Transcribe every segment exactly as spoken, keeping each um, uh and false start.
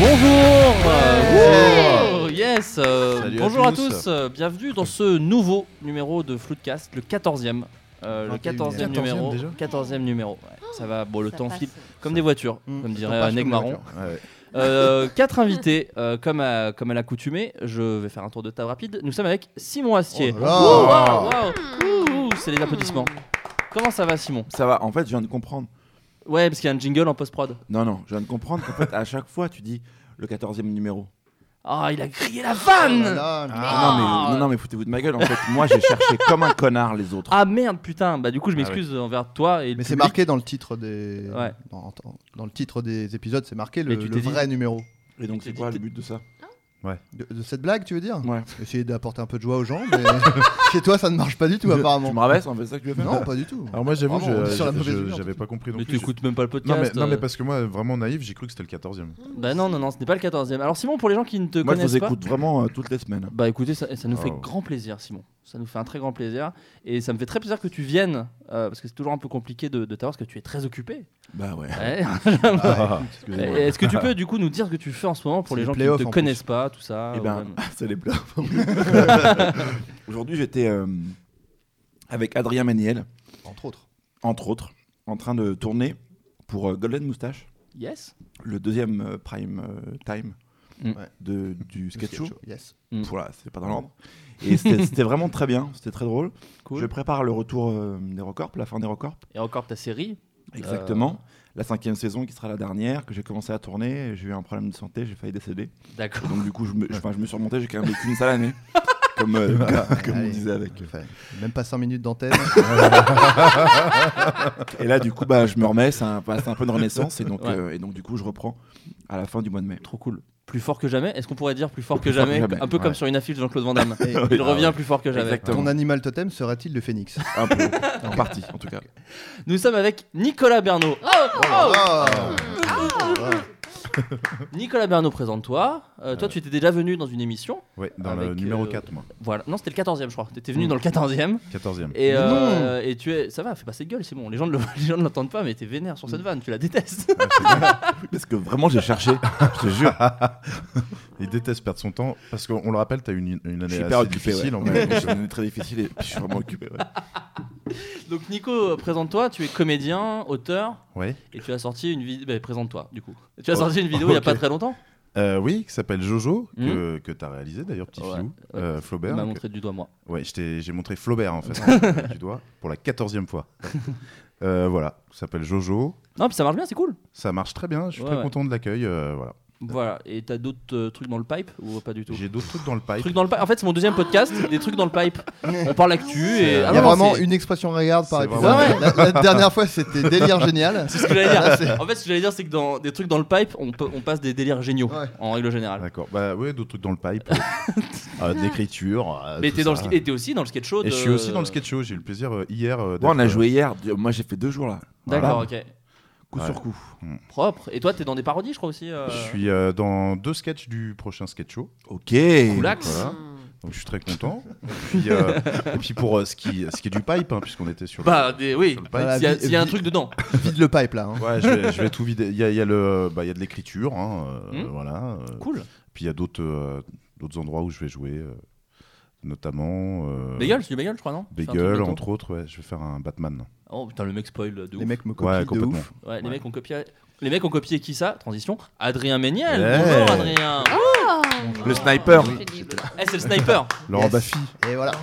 Bonjour Ouais. euh, Yes euh, Salut à Bonjour à tous. tous, euh, bienvenue dans ce nouveau numéro de Floodcast, le quatorzième. Euh, le quatorzième numéro. déjà quatorzième numéro. Ouais, ça va, bon, le Ça temps passe. file comme des voitures, Mmh. comme Ça dirait passe Neg comme Marron. des voitures. Ouais. Euh, quatre invités, euh, comme, à, comme à l'accoutumée. Je vais faire un tour de table rapide. Nous sommes avec Simon Astier. Oh là là. Ouh, waouh, waouh. Ouh, c'est les applaudissements. Comment ça va, Simon? Ça va, en fait, je viens de comprendre. Ouais, parce qu'il y a un jingle en post-prod. Non, non, je viens de comprendre qu'en fait, à chaque fois, tu dis le quatorzième numéro. Ah, il a grillé la vanne. Oh là là, mais- Ah, non, mais, non, non, mais foutez-vous de ma gueule. En fait, moi, j'ai cherché comme un connard les autres. Ah merde, putain. Bah, du coup, je Ah m'excuse envers toi. Et le Mais c'est public. marqué dans le titre des Ouais. dans, dans- dans le titre des épisodes, c'est marqué Mais le, tu le t'es dit- vrai numéro. Et donc, c'est dit- quoi le but de ça? De, de cette blague, tu veux dire? Ouais. Essayer d'apporter un peu de joie aux gens, mais chez toi ça ne marche pas du tout Tu apparemment. me rabaisses, on fait ça que tu veux faire? Non, pas du tout. Alors moi j'avoue, Vraiment, on est je- sur la je- mauvaise je- humeur, j'avais tout pas compris non Mais plus. tu écoutes même pas le Non podcast. mais, non mais euh. parce que moi vraiment naïf, j'ai cru que c'était le quatorzième. Bah non, non, non, ce n'est pas le quatorzième. Alors Simon, pour les gens qui ne te Moi, je connaissent vous pas, écoute vraiment euh, toutes les semaines. bah écoutez, ça, ça nous fait Oh. grand plaisir, Simon. Ça nous fait un très grand plaisir. Et ça me fait très plaisir que tu viennes, euh, parce que c'est toujours un peu compliqué de, de t'avoir, parce que tu es très occupé. Bah ouais. Ouais. Ah, Et excusez-moi. Est-ce que tu peux du coup nous dire ce que tu fais en ce moment pour C'est les les gens qui ne playoffs, te en connaissent pas, tout ça? Eh ben, ouais. c'est les pleurs. Aujourd'hui, j'étais euh, avec Adrien Méniel, Entre autres. entre autres, en train de tourner pour euh, Golden Moustache, Yes. le deuxième euh, prime euh, time Mm. Ouais. de, du Le sketch show. Yes. Mm. Voilà, c'était pas dans l'ordre. Et c'était c'était vraiment très bien, c'était très drôle. Cool. Je prépare le retour euh, des Records, la fin des Records. Et encore ta série. Exactement. La cinquième saison qui sera la dernière, que j'ai commencé à tourner. J'ai eu un problème de santé, j'ai failli décéder. D'accord. Donc du coup, je me, je, enfin, je me suis remonté, j'ai quand même vécu une sale année. Comme, euh, comme on Allez. disait avec. Enfin, même pas cinq minutes d'antenne. Et là, du coup, bah, je me remets, c'est un, c'est un peu de renaissance. Et donc, Ouais. euh, et donc, du coup, je reprends à la fin du mois de mai. Trop cool. Plus fort que jamais. Est-ce qu'on pourrait dire plus fort que Plus fort que jamais, jamais, Un peu comme ouais. sur une affiche de Jean-Claude Van Damme. Et Il Ah revient ouais. plus fort que jamais. Exactement. ton animal totem serait-il le phénix? Un peu, en partie, en tout cas. Nous sommes avec Nicolas Bernot. Oh. Nicolas Bernot, présente-toi. Euh, toi, tu étais déjà venu dans une émission. Ouais, dans le Avec, numéro euh, quatre moi. Voilà. Non, c'était le quatorzième, je crois. Tu étais venu Mm. dans le quatorzième. quatorzième. Et, Mais euh, et tu es. Ça va, fais passer de gueule, c'est bon. Les gens ne le- les gens ne l'entendent pas, mais t'es vénère sur cette vanne. Tu la détestes. Parce que vraiment, j'ai cherché, je te jure. Il déteste perdre son temps parce qu'on le rappelle, t'as eu une, une Je année suis assez hyper occupé. difficile. Ouais. en Ouais, fait. c'est une année très difficile et puis je suis vraiment occupé. Ouais. Donc, Nico, euh, présente-toi. Tu es comédien, auteur. Ouais. Et tu as sorti une vidéo. Bah, présente-toi, du coup. Tu as Oh, sorti une vidéo il n'y a ok. pas très longtemps. Euh, oui, qui s'appelle Jojo, que, que t'as réalisé d'ailleurs, petit Ouais, filou. ouais. Euh, Tu Flaubert. m'as que- montré du doigt, moi. Ouais, je t'ai- j'ai montré Flaubert en fait du doigt pour la quatorzième fois. Euh, voilà, ça s'appelle Jojo. Non, puis ça marche bien, c'est cool. Ça marche très bien, je suis Ouais, très ouais. content de l'accueil. euh, voilà. Voilà. Et t'as d'autres euh, trucs dans le pipe ou pas du tout? J'ai d'autres trucs dans le pipe. Trucs dans le pipe. En fait, c'est mon deuxième podcast, des trucs dans le pipe. On parle actu et. Il Ah Il y a non, vraiment c'est- une expression regarde par C'est épisode. vraiment- La, la dernière fois c'était délire génial. C'est ce que j'allais dire. Là, c'est- En fait, ce que j'allais dire, c'est que dans des trucs dans le pipe, on, peut, on passe des délires géniaux, Ouais. en règle générale. D'accord, bah ouais, d'autres trucs dans le pipe. euh, euh, d'écriture. euh, Mais tout t'es, dans le, ça. sk- et t'es aussi dans le sketch show. Et de- je suis aussi dans le sketch show, j'ai eu le plaisir euh, hier. euh, Bon, on a d'être, joué hier. Moi, j'ai fait deux jours là. D'accord, Voilà. ok. Coup Ouais. sur coup. Propre. Et toi, t'es dans des parodies, je crois aussi. euh, Je suis euh, dans deux sketchs du prochain sketch show. Ok. Coolax. Voilà. Donc je suis très content. Et puis, euh, et puis pour euh, ce, qui, ce qui est du pipe, hein, puisqu'on était sur. Bah, des, oui. sur le pipe. Voilà. S'il y, a- vi- s'il y a un vi- truc dedans. Vide le pipe là. hein. Ouais, je vais, je vais tout vider. Il y a, il y a le, bah, il y a de l'écriture, hein, euh, Hmm. voilà. euh, Cool. Puis il y a d'autres, euh, d'autres endroits où je vais jouer, euh, notamment. Euh, Bagel, c'est du bagel, je crois, non? Tu fais un truc Bagel, bientôt entre autres. Ouais, je vais faire un Batman. Oh putain, le mec spoil de ouf. Les mecs me Ouais, copient de complètement. ouf. Ouais, les Ouais. mecs ont copié. Les mecs ont copié qui ça? Transition. Adrien Méniel. Ouais. Bonjour Adrien. Le sniper. Eh, c'est le sniper. Laurent Yes. Baffy. Et voilà.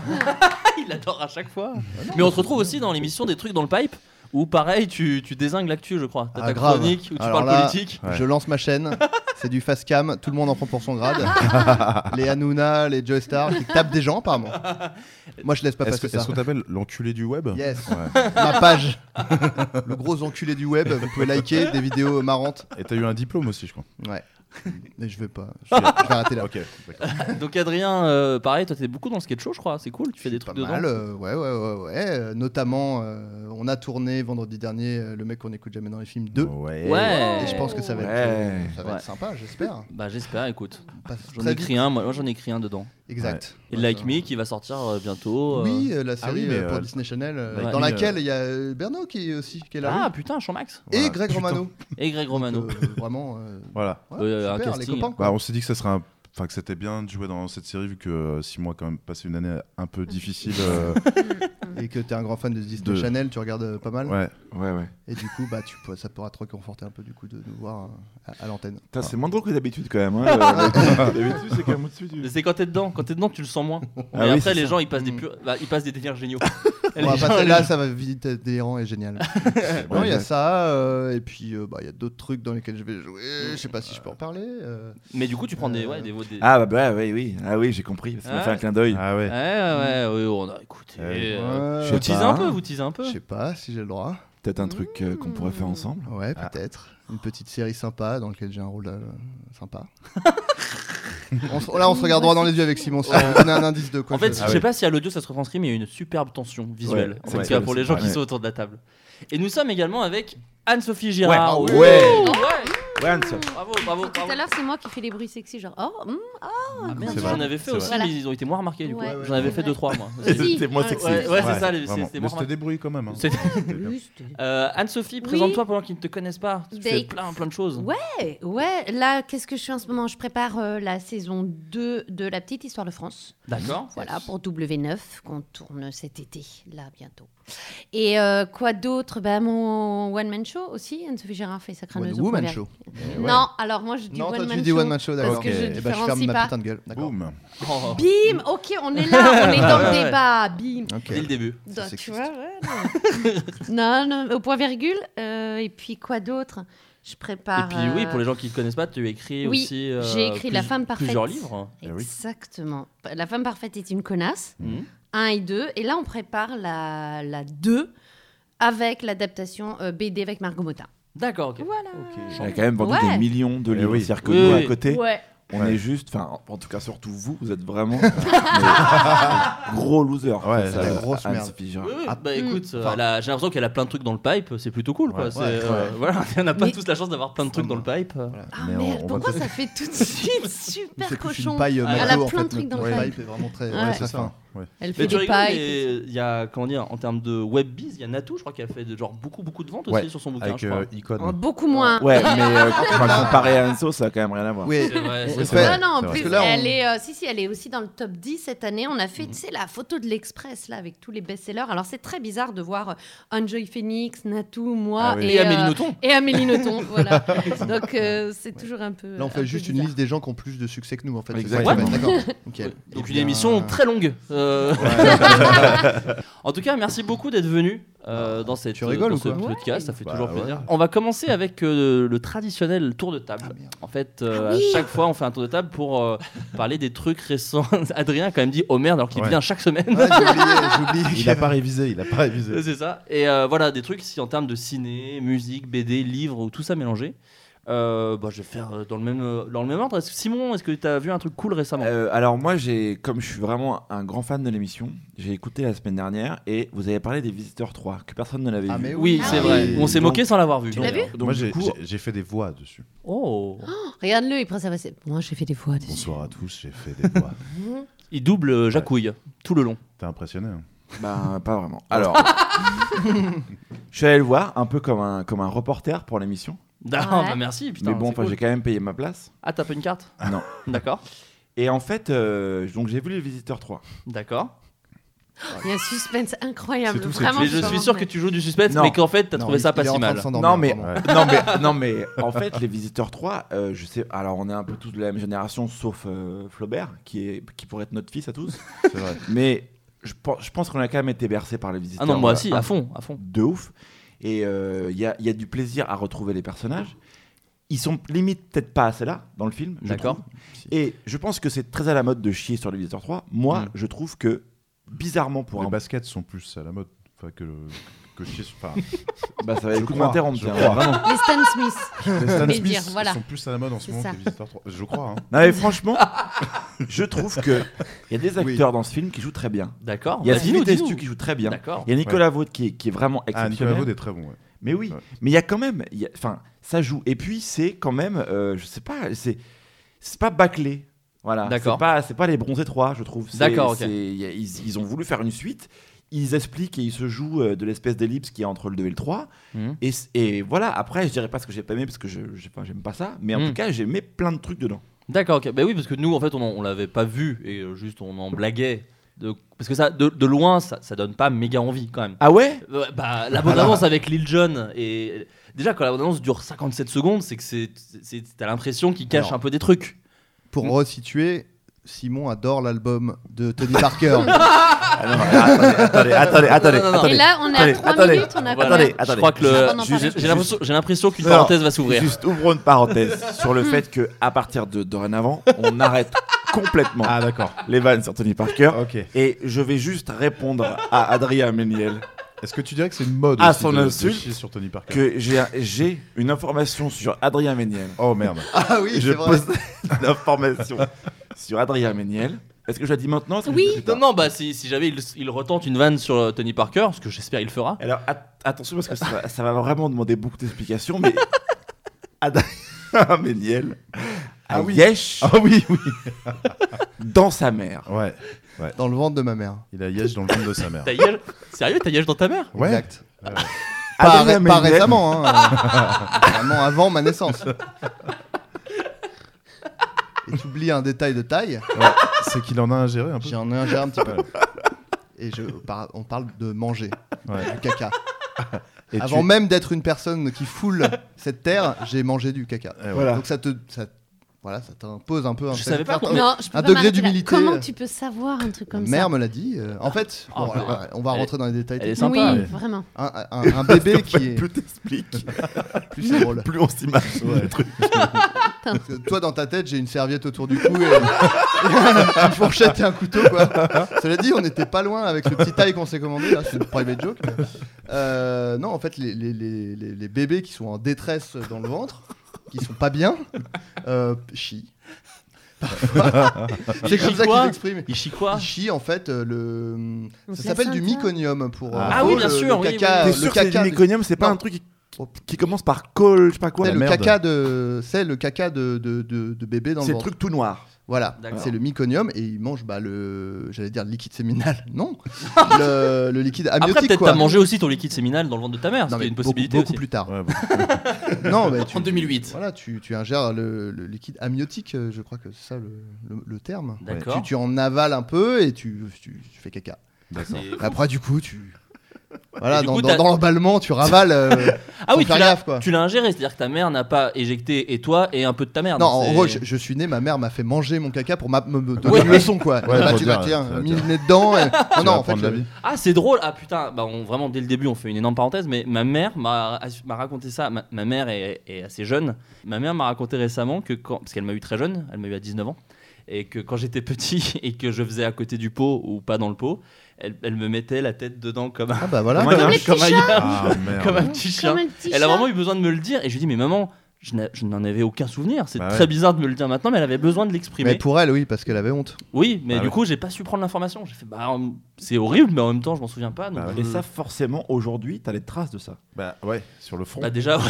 Il adore à chaque fois. Mais on te retrouve aussi dans l'émission des trucs dans le pipe où pareil tu, tu désingues l'actu, je crois. T'as Ah, ta grave. chronique où tu Alors parles là, politique. Ouais. Je lance ma chaîne, c'est du fast cam, tout le monde en prend pour son grade. Les Hanouna, les Joe Star qui tapent des gens apparemment. Moi je laisse pas Est-ce passer que- ça. est-ce qu'on t'appelle l'enculé du web? Yes, Ouais. ma page. Le gros enculé du web, vous pouvez liker des vidéos marrantes. Et t'as eu un diplôme aussi, je crois. Ouais. Mais je vais pas, je vais, je vais arrêter là. Ok. d'accord. Donc Adrien, euh, pareil, toi t'es beaucoup dans le sketch show, je crois. C'est cool, tu fais des Pas trucs dedans. mal, euh, ouais, ouais, ouais, ouais. Euh, notamment, euh, on a tourné vendredi dernier euh, Le mec qu'on écoute jamais dans les films deux. Ouais. Ouais. Et je pense que ça va, être, Ouais. euh, ça va Ouais. être sympa, j'espère. Bah j'espère, écoute. Passe J'en très ai écrit un, moi, moi j'en ai écrit un dedans. Exact. Et Ouais, Like ça- Me qui va sortir euh, bientôt. euh. Oui, euh, la série oui, mais, euh, pour euh, Disney Channel, euh, Like dans Me, laquelle il y a euh, Bernard qui est aussi qui est là. Ah putain, Jean-Max. et Voilà. Greg Putain. Romano. Et Greg Romano. Donc, euh, vraiment. euh, Voilà. ouais, Euh, un super, les casting. copains. quoi. Bah, on s'est dit que ça serait un- Enfin, que c'était bien de jouer dans cette série vu que euh, six mois quand même passé une année un peu difficile. euh, Et que t'es un grand fan de Disney De- Channel, tu regardes euh, pas mal. ouais. Ouais, ouais. Et du coup, bah, tu, peux- ça pourra te réconforter un peu du coup de nous voir euh, à, à l'antenne. Putain, c'est moins drôle que d'habitude quand même. Hein, euh, d'habitude, c'est quand même au-dessus du. Mais c'est quand t'es dedans, quand t'es dedans, tu le sens moins. Ah et oui, après, c'est les ça. gens, ils passent des Mm. purs, bah, ils passent des délires géniaux. On va Les gens, passer les là, gens- ça va vite être délirant et génial. Non, il y a ça, euh, et puis euh, bah, il y a d'autres trucs dans lesquels je vais jouer. Je sais pas si je peux en parler. euh. Mais du coup, tu prends des, Euh, ouais, des, des... Ah, bah, bah, oui, oui. Ah, oui, j'ai compris. Ça m'a Ah. fait un clin d'œil. Ah ouais. Ouais, ouais, ouais, on a écouté. Ouais. euh, Ouais, Vous Je sais teasez pas. un peu, vous teasez un peu. Je sais pas si j'ai le droit. Peut-être un truc euh, qu'on pourrait faire ensemble. Ouais, Ah. peut-être. Une petite série sympa dans laquelle j'ai un rôle euh, sympa. on se- là, on se regarde droit dans les yeux avec Simon. Si on donne un indice de quoi. En fait, je- je Ah sais ouais. pas si à l'audio ça se retranscrit, mais il y a une superbe tension visuelle. Ouais, en c'est tout cas vrai, pour c'est les gens vrai. qui Ouais. sont autour de la table. Et nous sommes également avec Anne-Sophie Girard. Ouais. Ouais. Ouais. Ouais. Ouais, Anne, ça- Bravo, bravo, Tout bravo. à l'heure, c'est moi qui fais les bruits sexy, genre oh, hum, Ah, merde, C'est j'en vrai. avais fait C'est aussi, vrai. mais ils ont été moins remarqués du coup. Ouais, ouais, J'en avais ouais. fait deux trois moi. Si. C'était moins Ouais, sexy. Ouais, ouais, c'est Ouais, ça, les- vraiment. c'était Mais moins c'était débrouillé quand même. hein. C'était- Oui, c'était- Euh, Anne-Sophie, présente-toi pendant qu'ils ne te connaissent pas. Tu fais Date. plein, plein de choses. Ouais, ouais. Là, qu'est-ce que je fais en ce moment? Je prépare euh, la saison deux de La Petite Histoire de France. D'accord. Voilà, pour W neuf, qu'on tourne cet été, là, bientôt. Et euh, quoi d'autre? Bah, mon one-man show aussi. Anne-Sophie Girard fait sa One crâneuse au Woman premier. Show. Non, alors moi, je dis Non, toi one-man tu dis show. One Man Show, d'accord. Parce que je Et bah, je ferme différencie ma pas. putain de gueule. D'accord. Boum. Oh, Bim, ok, on est là, on est dans Ouais, le ouais. débat, bim. Ok. dès le début. Ça, Donc, c'est tu sexiste. vois, ouais, non. non, non, au point virgule. euh, et puis quoi d'autre? Je Et prépare. puis oui, euh, pour les gens qui ne te connaissent pas, tu écris oui, aussi. euh, j'ai écrit La plus- Femme Parfaite. Plusieurs livres. Eh oui. Exactement. La femme parfaite est une connasse. Mhm. un et deux. Et là, on prépare la, la deux avec l'adaptation euh, B D avec Margot Motin. D'accord, ok. Voilà. On a quand même vendu Ouais. des millions de Eh livres. oui. C'est-à-dire que Oui, nous, oui. à côté, Ouais. on Ouais. est juste, enfin, en tout cas, surtout vous, vous êtes vraiment mais gros loser. Ouais, c'est la grosse merde. Oui, oui, Ah, bah mm. écoute, euh, Enfin- elle a- j'ai l'impression qu'elle a plein de trucs dans le pipe, c'est plutôt cool quoi. Ouais, C'est, ouais, euh, ouais. Voilà, on n'a pas Mais- tous la chance d'avoir plein de trucs dans le pipe. Voilà. Ah Mais on- merde, on va pourquoi te- ça fait tout de suite C'est super plus cochon? une paille euh, Ah, elle a McDo, en plein de fait, trucs dans notre le pipe pipe. est vraiment très Ouais. ouais, C'est très ça. fin. Ouais. Elle Mais fait tu des rigoles, pailles. mais il y a, comment dire, en termes de web biz, il y a Natou, je crois qu'elle a fait de, genre beaucoup beaucoup de ventes aussi Ouais, sur son bouquin. Avec je crois. euh, Icon. Oh, beaucoup moins. Ouais, mais euh, quand on va comparer à Anso, ça a quand même rien à voir. Oui, C'est vrai, Oui, c'est c'est vrai. vrai. Non, non, en C'est vrai. plus, Parce que là, on- elle est, euh, si, si, elle est aussi dans le top dix cette année. On a fait, tu sais, la photo de l'Express, là, avec tous les best-sellers. Alors, c'est très bizarre de voir euh, Enjoy Phoenix, Natou, moi Ah oui. Et euh, Amélie Nothomb. et Amélie Nothomb, voilà. Donc, euh, c'est toujours un peu. là on un fait peu juste une bizarre. liste des gens qui ont plus de succès que nous en fait. c'est ça Exactement. qui va être- D'accord. Ok. Ouais. Donc Eh une bien, émission très longue. Euh, en tout cas, merci beaucoup d'être venu euh, dans cette Tu rigoles dans ou ce quoi podcast, ça fait Bah, toujours ouais. plaisir. On va commencer avec euh, le traditionnel tour de table. Ah, merde. En fait, euh, Ah oui. à chaque fois, on fait un tour de table pour euh, parler des trucs récents. Adrien a quand même dit oh merde alors qu'il Ouais. vient chaque semaine. Ouais, j'ai oublié, j'ai oublié. Il a pas révisé, il a pas révisé. C'est ça. Et euh, voilà, des trucs si en termes de ciné, musique, B D, livres, ou tout ça mélangé. Euh, bah, je vais faire euh, dans le même, euh, dans le même ordre. Est-ce que- Simon, est-ce que tu as vu un truc cool récemment? Euh, alors moi, j'ai, comme je suis vraiment un grand fan de l'émission, j'ai écouté la semaine dernière et vous avez parlé des Visiteurs trois, que personne ne l'avait Ah, vu. mais Oui, Ah c'est oui. vrai. On s'est Donc- moqué sans l'avoir vu. Tu l'as vu Donc, Moi, du j'ai coup- j'ai- j'ai fait des voix dessus. Oh. Regarde-le, il prend sa voix. Moi, j'ai fait des voix dessus. Bonsoir à tous, j'ai fait des voix. Il double euh, Jacouille tout le long. T'es impressionné hein. Bah, pas vraiment. Alors, je suis allé le voir un peu comme un, comme un reporter pour l'émission. Ah, Ouais. bah merci, putain. Mais bon, c'est enfin, cool. j'ai quand même payé ma place. Ah, t'as pas une carte? Non. D'accord. Et en fait, euh, donc j'ai vu les Visiteurs trois. D'accord. Il y a un suspense incroyable. C'est tout, c'est Vraiment, Mais je je suis sens- sûr que tu joues du suspense, Non. mais qu'en fait, t'as Non, trouvé il- ça il pas est en si train de mal. s'endormir, Non mais, vraiment. Ouais. non mais non mais en fait les Visiteurs trois, euh, je sais, alors on est un peu tous de la même génération sauf euh, Flaubert qui est qui pourrait être notre fils à tous, C'est vrai. mais je pense je pense qu'on a quand même été bercé par les Visiteurs. Ah non, moi euh, aussi, un- à fond, à fond. de ouf. Et il y, a, y a du plaisir à retrouver les personnages. Ils sont limite peut-être pas assez là dans le film. je D'accord. trouve. Et je pense que c'est très à la mode de chier sur les Visiteurs trois. Moi, Mm. je trouve que bizarrement pour Les un baskets sont plus à la mode enfin, que le que chier sur- enfin, bah ça va Je être coup de crois, m'interrompre. je tiens, crois. vraiment. Les Stan Smith. les Stan Mais Smith dire, voilà. sont plus à la mode en ce C'est moment ça. que les Visiteurs trois. Je crois. Hein. Non mais franchement, je trouve que il y a des acteurs dans ce film qui jouent très bien. D'accord. Il y a Bah, dis-nous, Sylvie dis-nous. Testu qui joue très bien. D'accord. Il y a Nicolas Vaude qui est, qui est vraiment Ah, Nicolas exceptionnel. Vaud est très bon. Ouais. Mais oui, Ouais. mais il y a quand même, il y a- enfin, ça joue. Et puis c'est quand même, euh, je sais pas, c'est c'est pas bâclé. Voilà. D'accord. C'est pas, c'est pas les Bronzés trois, je trouve. C'est- D'accord, ok. c'est- y a- ils, ils ont voulu faire une suite. Ils expliquent et ils se jouent euh, de l'espèce d'ellipse qui est entre le deux et le trois. Mhm. Et, c- et voilà, après, je dirais pas ce que j'ai pas aimé parce que je, je- enfin, j'aime pas ça. Mais en Mhm. tout cas, j'ai aimé plein de trucs dedans. D'accord, ok. Bah oui, parce que nous, en fait, on, en- on l'avait pas vu et euh, juste on en blaguait. De... Parce que ça, de, de loin, ça, ça donne pas méga envie quand même. Ah ouais? Ouais, bah, la bande-annonce avec Lil Jon et déjà quand la bande-annonce dure cinquante-sept secondes, c'est que c'est, c'est, t'as l'impression qu'il cache Alors. un peu des trucs. Pour Mm. resituer, Simon adore l'album de Tony Parker. Ah non, attendez, attendez, attendez, attendez, Non, non, non, attendez. Et là, on est attendez, à trois attendez, minutes, on a Voilà. combien attendez, Je crois que le- Avant d'en j'ai, parler. j'ai l'impression, j'ai l'impression qu'une Non, parenthèse va s'ouvrir. Juste ouvrons une parenthèse sur le fait que à partir de dorénavant, on arrête complètement Ah, d'accord. les vannes sur Tony Parker. Ok. Et je vais juste répondre à Adrien Méniel Est-ce que tu dirais que c'est une mode À aussi son de- de insulte, chier sur Tony Parker que j'ai, un- j'ai une information sur Adrien Méniel. Oh merde. Ah oui, Je c'est vrai. pose une information sur Adrien Méniel. Est-ce que je la dis maintenant? Est-ce que Oui. je dis plus Non, tard non, bah si, si jamais il, il retente une vanne sur euh, Tony Parker, ce que j'espère il le fera. Alors at- attention parce que ça, va- ça va vraiment demander beaucoup d'explications, mais Adrien Méniel a Ah oui. yesh Ah oui, oui. dans sa mère. Ouais. Dans le ventre de ma mère. Il a Yesh dans le ventre de sa mère. T'as Yesh- Sérieux, t'as Yesh dans ta mère? Ouais. Exact. Ouais. Pas, Adrien ré- pas Méniel- récemment, hein. euh, Vraiment avant ma naissance. Et tu oublies un détail de taille. C'est qu'il en a ingéré un peu. J'en ai ingéré un petit peu. Ouais. Et je, par- on parle de manger Ouais. du caca. Et Avant tu- même d'être une personne qui foule cette terre, j'ai mangé du caca. Eh ouais. Voilà. Donc ça te, ça, voilà, ça t'impose un peu un, Je savais pas certain- qu'on- Non, je peux un pas degré m'arrêter là. d'humilité. Comment tu peux savoir un truc comme Ma mère ça me l'a dit. euh, en fait, Oh, bon, elle- alors, on va elle- rentrer dans les détails. elle est techniques. sympa. Oui, ouais. vraiment. Un, un- un bébé qui est Plus t'expliques, plus c'est drôle. plus on s'imagine Ouais. le truc. Parce que toi, dans ta tête, j'ai une serviette autour du cou et une fourchette et un couteau, quoi. Cela dit, on n'était pas loin avec le petit taille qu'on s'est commandé. Là, c'est une private joke. mais- Euh, non, en fait, les, les, les, les- les bébés qui sont en détresse dans le ventre, qui sont pas bien, euh, chient. Parfois. C'est Ils comme chient ça qu'ils quoi s'expriment. Il chie quoi? Ils chient en fait euh, le. Le Ça s'appelle du placenta. myconium pour. euh, Ah en oui, gros, bien le- sûr, Le oui, caca, T'es le sûr que c'est caca du de- méconium, c'est pas Non. un truc qui, qui commence par col, je sais pas quoi. C'est la le merde. caca de. C'est le caca de, de, de, de bébé dans C'est le le ventre. truc tout noir. Voilà, D'accord. c'est le myconium et il mange bah, le, j'allais dire le liquide séminal, non, le, le liquide amniotique Après, peut-être quoi. t'as mangé aussi ton liquide séminal dans le ventre de ta mère, Non, c'était mais une beaucoup, possibilité beaucoup aussi. plus tard. Ouais, bon. Non, mais tu, En deux mille huit. Voilà, tu, tu ingères le, le liquide amniotique, euh, je crois que c'est ça le, le- le terme. D'accord. Tu, tu en avales un peu et tu, tu, tu fais caca. D'accord. C'est- Après, du coup, tu. Voilà, Et du dans, coup, dans, t'as- dans l'emballement, tu ravales. euh, Ah sans oui, tu faire l'as, gaffe, quoi. tu l'as ingéré, c'est-à-dire que ta mère n'a pas éjecté et toi et un peu de ta mère. Non, donc en c'est- gros, je, je suis né, ma mère m'a fait manger mon caca pour ma- me, me donner Ouais. une leçon, quoi. Ouais, Bah, faut tu dire, vas, tiens, ça va mis dire. le nez dedans. Et... Non, Tu non, vas en fait, prendre la le- vie. Ah, c'est drôle. Ah putain, bah, on- vraiment dès le début, on fait une énorme parenthèse, mais ma mère m'a, m'a raconté ça. Ma, ma mère est, est assez jeune. Ma mère m'a raconté récemment que quand, parce qu'elle m'a eu très jeune, elle m'a eu à dix-neuf ans, et que quand j'étais petit et que je faisais à côté du pot ou pas dans le pot, elle, elle me mettait la tête dedans comme un, Ah bah voilà. comme un, Comme les petits comme un- Ah merde. comme un petit chien. Comme un petit Elle a chat. vraiment eu besoin de me le dire et je lui dis mais maman, je, n'a- je n'en avais aucun souvenir. C'est Bah très ouais. bizarre de me le dire maintenant, mais elle avait besoin de l'exprimer. Mais pour elle, oui, parce qu'elle avait honte. Oui, mais Ah du ouais. coup j'ai pas su prendre l'information. J'ai fait bah hum, c'est horrible, mais en même temps je m'en souviens pas. Donc Bah je- Et ça, forcément, aujourd'hui, t'as les traces de ça. Bah ouais, sur le front. Bah déjà, ouais.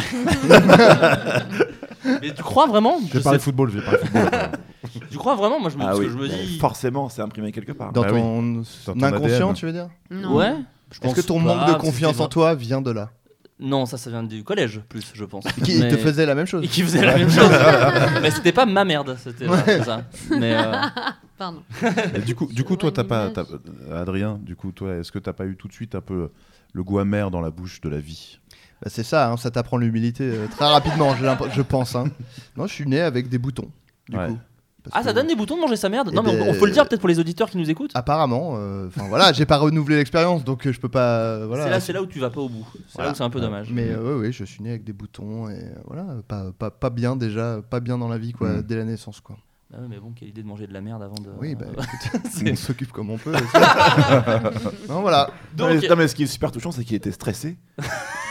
Mais tu crois vraiment Je vais Je parler sais- football, je vais parler football. Tu crois vraiment Moi je me, Ah parce oui, que je me bah, dis. forcément, c'est imprimé quelque part. Dans Bah oui. ton, Dans ton inconscient, A D N. tu veux dire Non. Ouais. je Est-ce pense que ton pas, manque de parce que confiance c'était en toi vient de là Non, ça, ça vient du collège, plus, je pense. Qui Mais- te faisait la même chose Et qui faisait la même chose. Mais c'était pas ma merde, c'était voilà, c'est ça. Mais euh, Pardon. Et du coup, du coup, C'est toi, vrai, t'as pas, l'image. t'as- euh, Adrien, du coup, toi, est-ce que t'as pas eu tout de suite un peu le goût amer dans la bouche de la vie? Bah, c'est ça, hein, ça t'apprend l'humilité euh, très rapidement, j'ai l'imp- je pense. Hein. Non, je suis né avec des boutons, du Ouais. coup. Parce Ah, ça que, donne des boutons de manger sa merde Non, Eh mais on, ben, on faut le dire peut-être pour les auditeurs qui nous écoutent. Apparemment, euh, enfin voilà, j'ai pas renouvelé l'expérience, donc euh, je peux pas. euh, voilà. C'est là, c'est là où tu vas pas au bout. C'est Voilà. là où c'est un peu dommage. Mais euh, ouais, ouais, je suis né avec des boutons et euh, voilà, pas, pas, pas bien déjà, pas bien dans la vie quoi, Mm. dès la naissance quoi. Ah ouais, mais bon, quelle idée de manger de la merde avant de. Oui, bah écoute, C'est- on s'occupe comme on peut. non voilà. Non, mais, Donc, non, mais ce qui est super touchant, c'est qu'il était stressé.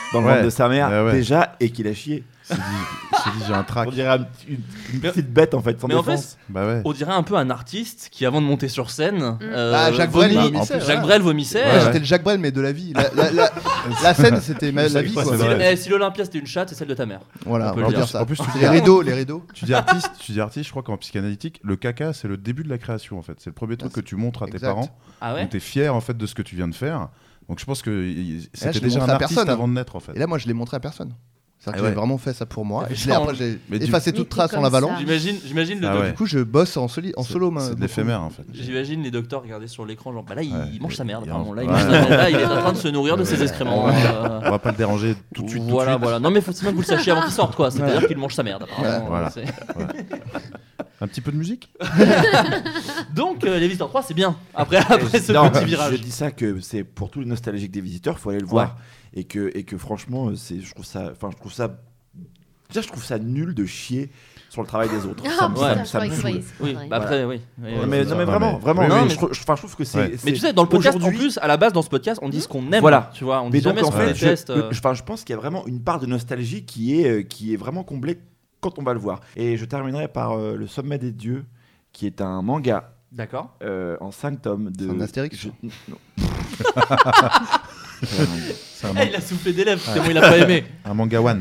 dans le Ouais. ventre de sa mère Ouais, ouais. déjà et qu'il a chié. Il s'est dit, il s'est dit, j'ai un trac. On dirait un- une, une petite bête en fait, sans Mais en défense. fait, Bah ouais. on dirait un peu un artiste qui, avant de monter sur scène, euh, Ah, Jacques vomit- Brel vomissait, Jacques ouais. Brel vomissait. Ouais, Ouais, J'étais le Jacques Brel, mais de la vie. La, la, la, la scène, c'était ma- la vie, quoi. C'est Si, vrai. eh, si l'Olympia c'était une chatte, c'est celle de ta mère. Voilà, On peut on va le dire dire. ça. En plus, tu C'est dis- les rideaux, les rideaux. Tu dis artiste, tu dis artiste, je crois qu'en psychanalytique, le caca, c'est le début de la création en fait. C'est le premier truc Ah, que tu montres à tes exact. parents. Ah ouais Donc t'es fier en fait de ce que tu viens de faire. Donc je pense que il- je c'était l'ai déjà un montré à artiste personne, hein. avant de naître en fait. Et là, moi, je l'ai montré à personne. C'est-à-dire Ah que j'ai ouais. vraiment fait ça pour moi. Ah, Et je l'ai- après, j'ai Mais du- effacé Mais toute t'es trace en comme l'avalant. ça. J'imagine, j'imagine le Ah doc- ouais. Du coup, je bosse en, soli- en C'est- solo. ma- C'est de beaucoup. l'éphémère en fait. J'imagine les docteurs regarder sur l'écran, genre bah là il, Ouais. il mange sa merde, Il apparemment. Là, il ouais. mange sa merde. Là, il est en train de se nourrir de ses Ouais. excréments. Ouais. Euh, On va pas le déranger tout de suite. tout de voilà, suite. voilà. Non mais faut seulement que vous le sachiez avant qu'il sorte, quoi. C'est-à-dire qu'il mange sa merde, apparemment. Voilà. C'est- Un petit peu de musique. Donc euh, les visiteurs trois, c'est bien. Après, après ce Non, petit virage. Je dis ça que c'est pour tous les nostalgiques des visiteurs, faut aller le voir. Et que, et que franchement, c'est, je trouve ça, enfin, je trouve ça, déjà, je trouve ça nul de chier sur le travail des autres. Ça Ah me- putain, ça me- je ça me croyais que saoule. oui, c'est Oui, vrai. bah après, oui. Oui, Non, oui, mais, c'est non, ça. mais Non, vraiment, mais- vraiment. oui, mais oui. je, trouve- je- enfin, je trouve que c'est. Ouais. c'est- Mais tu sais, dans le podcast, en aujourd'hui- plus, à la base, dans ce podcast, on dit ce qu'on aime. Voilà. Tu vois, on Mais dit donc jamais en ce qu'on fait, je, déteste. euh. je- enfin, je pense qu'il y a vraiment une part de nostalgie qui est, euh, qui est vraiment comblée quand on va le voir. Et je terminerai par euh, Le Sommet des Dieux, qui est un manga D'accord. euh, en cinq tomes de. C'est un Astérix, Je- ça. non. C'est un, Eh, man- il a soufflé des lèvres, tellement il a pas aimé. un manga one.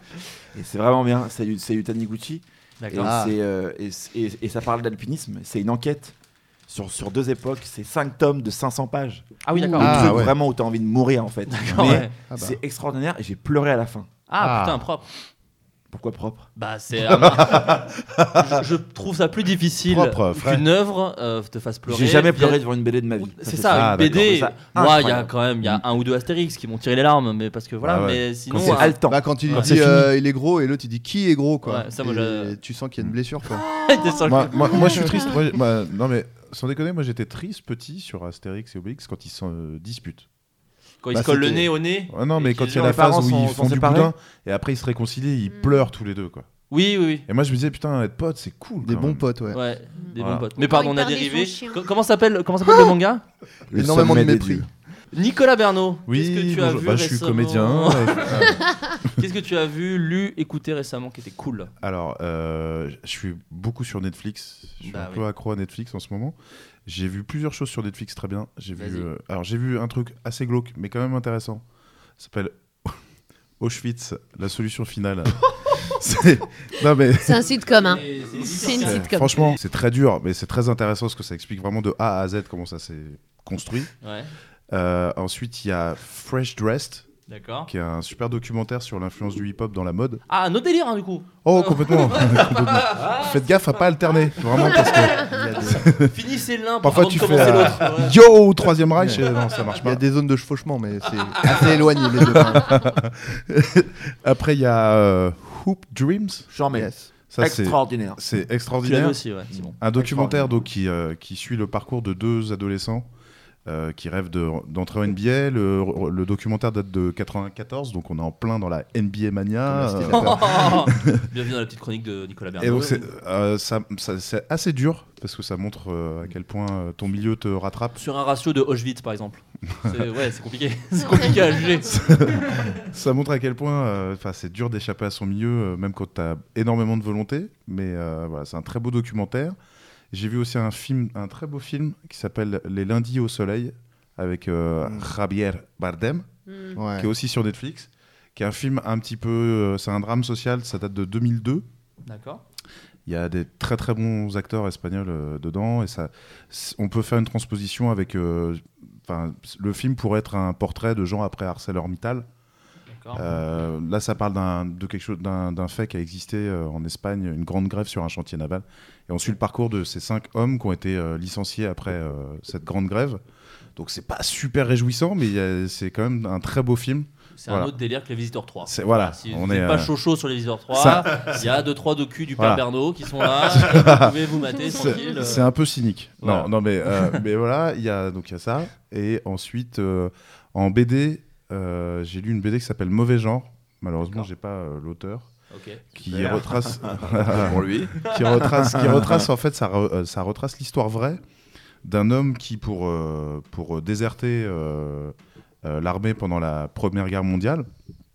Et c'est vraiment bien. C'est du- c'est du Taniguchi. Et, D'accord. Ah. c'est, euh, et, et- et ça parle d'alpinisme. C'est une enquête sur, sur deux époques. C'est cinq tomes de cinq cents pages. Ah oui, d'accord. Un Ah, truc ouais. vraiment où tu as envie de mourir en fait. D'accord, Mais ouais. Ah bah. c'est extraordinaire et j'ai pleuré à la fin. Ah, Ah. putain, propre. Pourquoi propre? Bah, c'est. ah, bah, je, je trouve ça plus difficile Propre, frais. qu'une œuvre euh, te fasse pleurer. J'ai jamais via- pleuré devant une B D de ma vie. C'est c'est ça, sûr. Ah, une B D. d'accord. Moi, il y a Incroyable. quand même il y a un ou deux Astérix qui m'ont tiré les larmes, mais parce que voilà, Ah ouais. mais sinon. C'est euh, haletant. Bah, quand il Quand dit c'est euh, il est gros et l'autre il dit qui est gros quoi. Ouais, ça, moi, Et j'ai- tu sens qu'il y a une blessure quoi. t'es sur le moi, cul. moi, moi, je suis triste. Moi, moi- non mais sans déconner, moi j'étais triste petit sur Astérix et Obélix quand ils se euh, disputent. Quand ils Bah, se collent le c'était- nez au nez. Ouais, non mais Et quand qu'ils il y a ont- la les parents phase où sont- ils sont font du séparés. boudin et après ils se réconcilient, ils Mm. pleurent tous les deux quoi. Oui, oui, oui. Et moi je me disais putain être pote c'est cool. Des quand bons même. potes ouais. Ouais, des Voilà. bons potes. Mais Quand pardon, il on a perdait dérivé. son chien. Co- Comment s'appelle comment s'appelle le manga Le Énormément de sommet des mépris. dieux. Nicolas Bernot. Oui, Qu'est-ce que tu as bonjour. vu Bah, je suis récemment comédien. euh, Qu'est-ce que tu as vu, lu, écouté récemment qui était cool? Alors, euh, je suis beaucoup sur Netflix. Je suis Bah un peu oui. accro à Netflix en ce moment. J'ai vu plusieurs choses sur Netflix très bien. J'ai vu, Vas-y. euh, alors j'ai vu un truc assez glauque, mais quand même intéressant. Ça s'appelle Auschwitz, la solution finale. C'est- non mais C'est un sitcom, hein. Et c'est- C'est une euh, sitcom. franchement, c'est très dur, mais c'est très intéressant parce que ça explique vraiment de A à Z comment ça s'est construit. Ouais, Euh, ensuite, il y a Fresh Dressed, d'accord. qui est un super documentaire sur l'influence du hip-hop dans la mode. Ah, nos délires, hein, du coup. Oh, complètement. complètement. Faites gaffe à pas alterner, vraiment, parce que Il y a des, Finissez l'un pour parfois avant tu de fais commencer euh, l'autre. Ouais. Yo, troisième Reich, euh, non, ça marche il y a pas. des zones de chevauchement mais c'est assez éloigné les deux. quand même. Après, il y a euh, Hoop Dreams. Genre, mais Yes. Ça, c'est extraordinaire. c'est Tu l'as vu extraordinaire. aussi, ouais, Simon. Un documentaire donc, qui, euh, qui suit le parcours de deux adolescents euh, qui rêvent de- d'entrer en N B A. Le, le documentaire date de quatre-vingt-quatorze, donc on est en plein dans la N B A mania. Comme la euh, Stella. Bienvenue dans la petite chronique de Nicolas Bernot. et donc c'est euh, ça- ça- c'est assez dur parce que ça montre euh, à quel point euh, ton milieu te rattrape. Sur un ratio de Auschwitz, par exemple. C'est- Ouais, c'est compliqué. C'est compliqué à juger. Ça montre à quel point euh, 'fin, c'est dur d'échapper à son milieu, euh, même quand tu as énormément de volonté. Mais euh, voilà, c'est un très beau documentaire. J'ai vu aussi un film, un très beau film qui s'appelle Les Lundis au Soleil avec euh, Mm. Javier Bardem, Mm. Ouais. qui est aussi sur Netflix, qui est un film un petit peu, euh, c'est un drame social, ça date de deux mille deux. D'accord. Il y a des très très bons acteurs espagnols euh, dedans et ça, c- on peut faire une transposition avec. euh, Enfin, le film pourrait être un portrait de gens après ArcelorMittal. D'accord. Euh, là, ça parle d'un, de quelque chose, d'un, d'un fait qui a existé euh, en Espagne, une grande grève sur un chantier naval. Et on suit le parcours de ces cinq hommes qui ont été euh, licenciés après euh, cette grande grève. Donc, c'est pas super réjouissant, mais il y a- c'est quand même un très beau film. C'est voilà. un autre délire que les Visiteurs trois. C'est- voilà, Si on vous est, n'êtes pas euh, chaud chaud sur les Visiteurs trois, ça- il y a deux trois docus du Voilà. Père Bernot qui sont là. et vous pouvez vous mater C'est, tranquille. c'est un peu cynique. Voilà. Non, non, mais, euh, mais voilà, il y a donc il y a ça. Et ensuite, euh, en B D, euh, j'ai lu une B D qui s'appelle Mauvais genre. Malheureusement, D'accord. j'ai pas euh, l'auteur. Ok. Qui Super. retrace, Pour lui. qui retrace, qui retrace en fait, ça, re- euh, ça retrace l'histoire vraie d'un homme qui, pour, euh, pour déserter euh, euh, l'armée pendant la Première Guerre mondiale,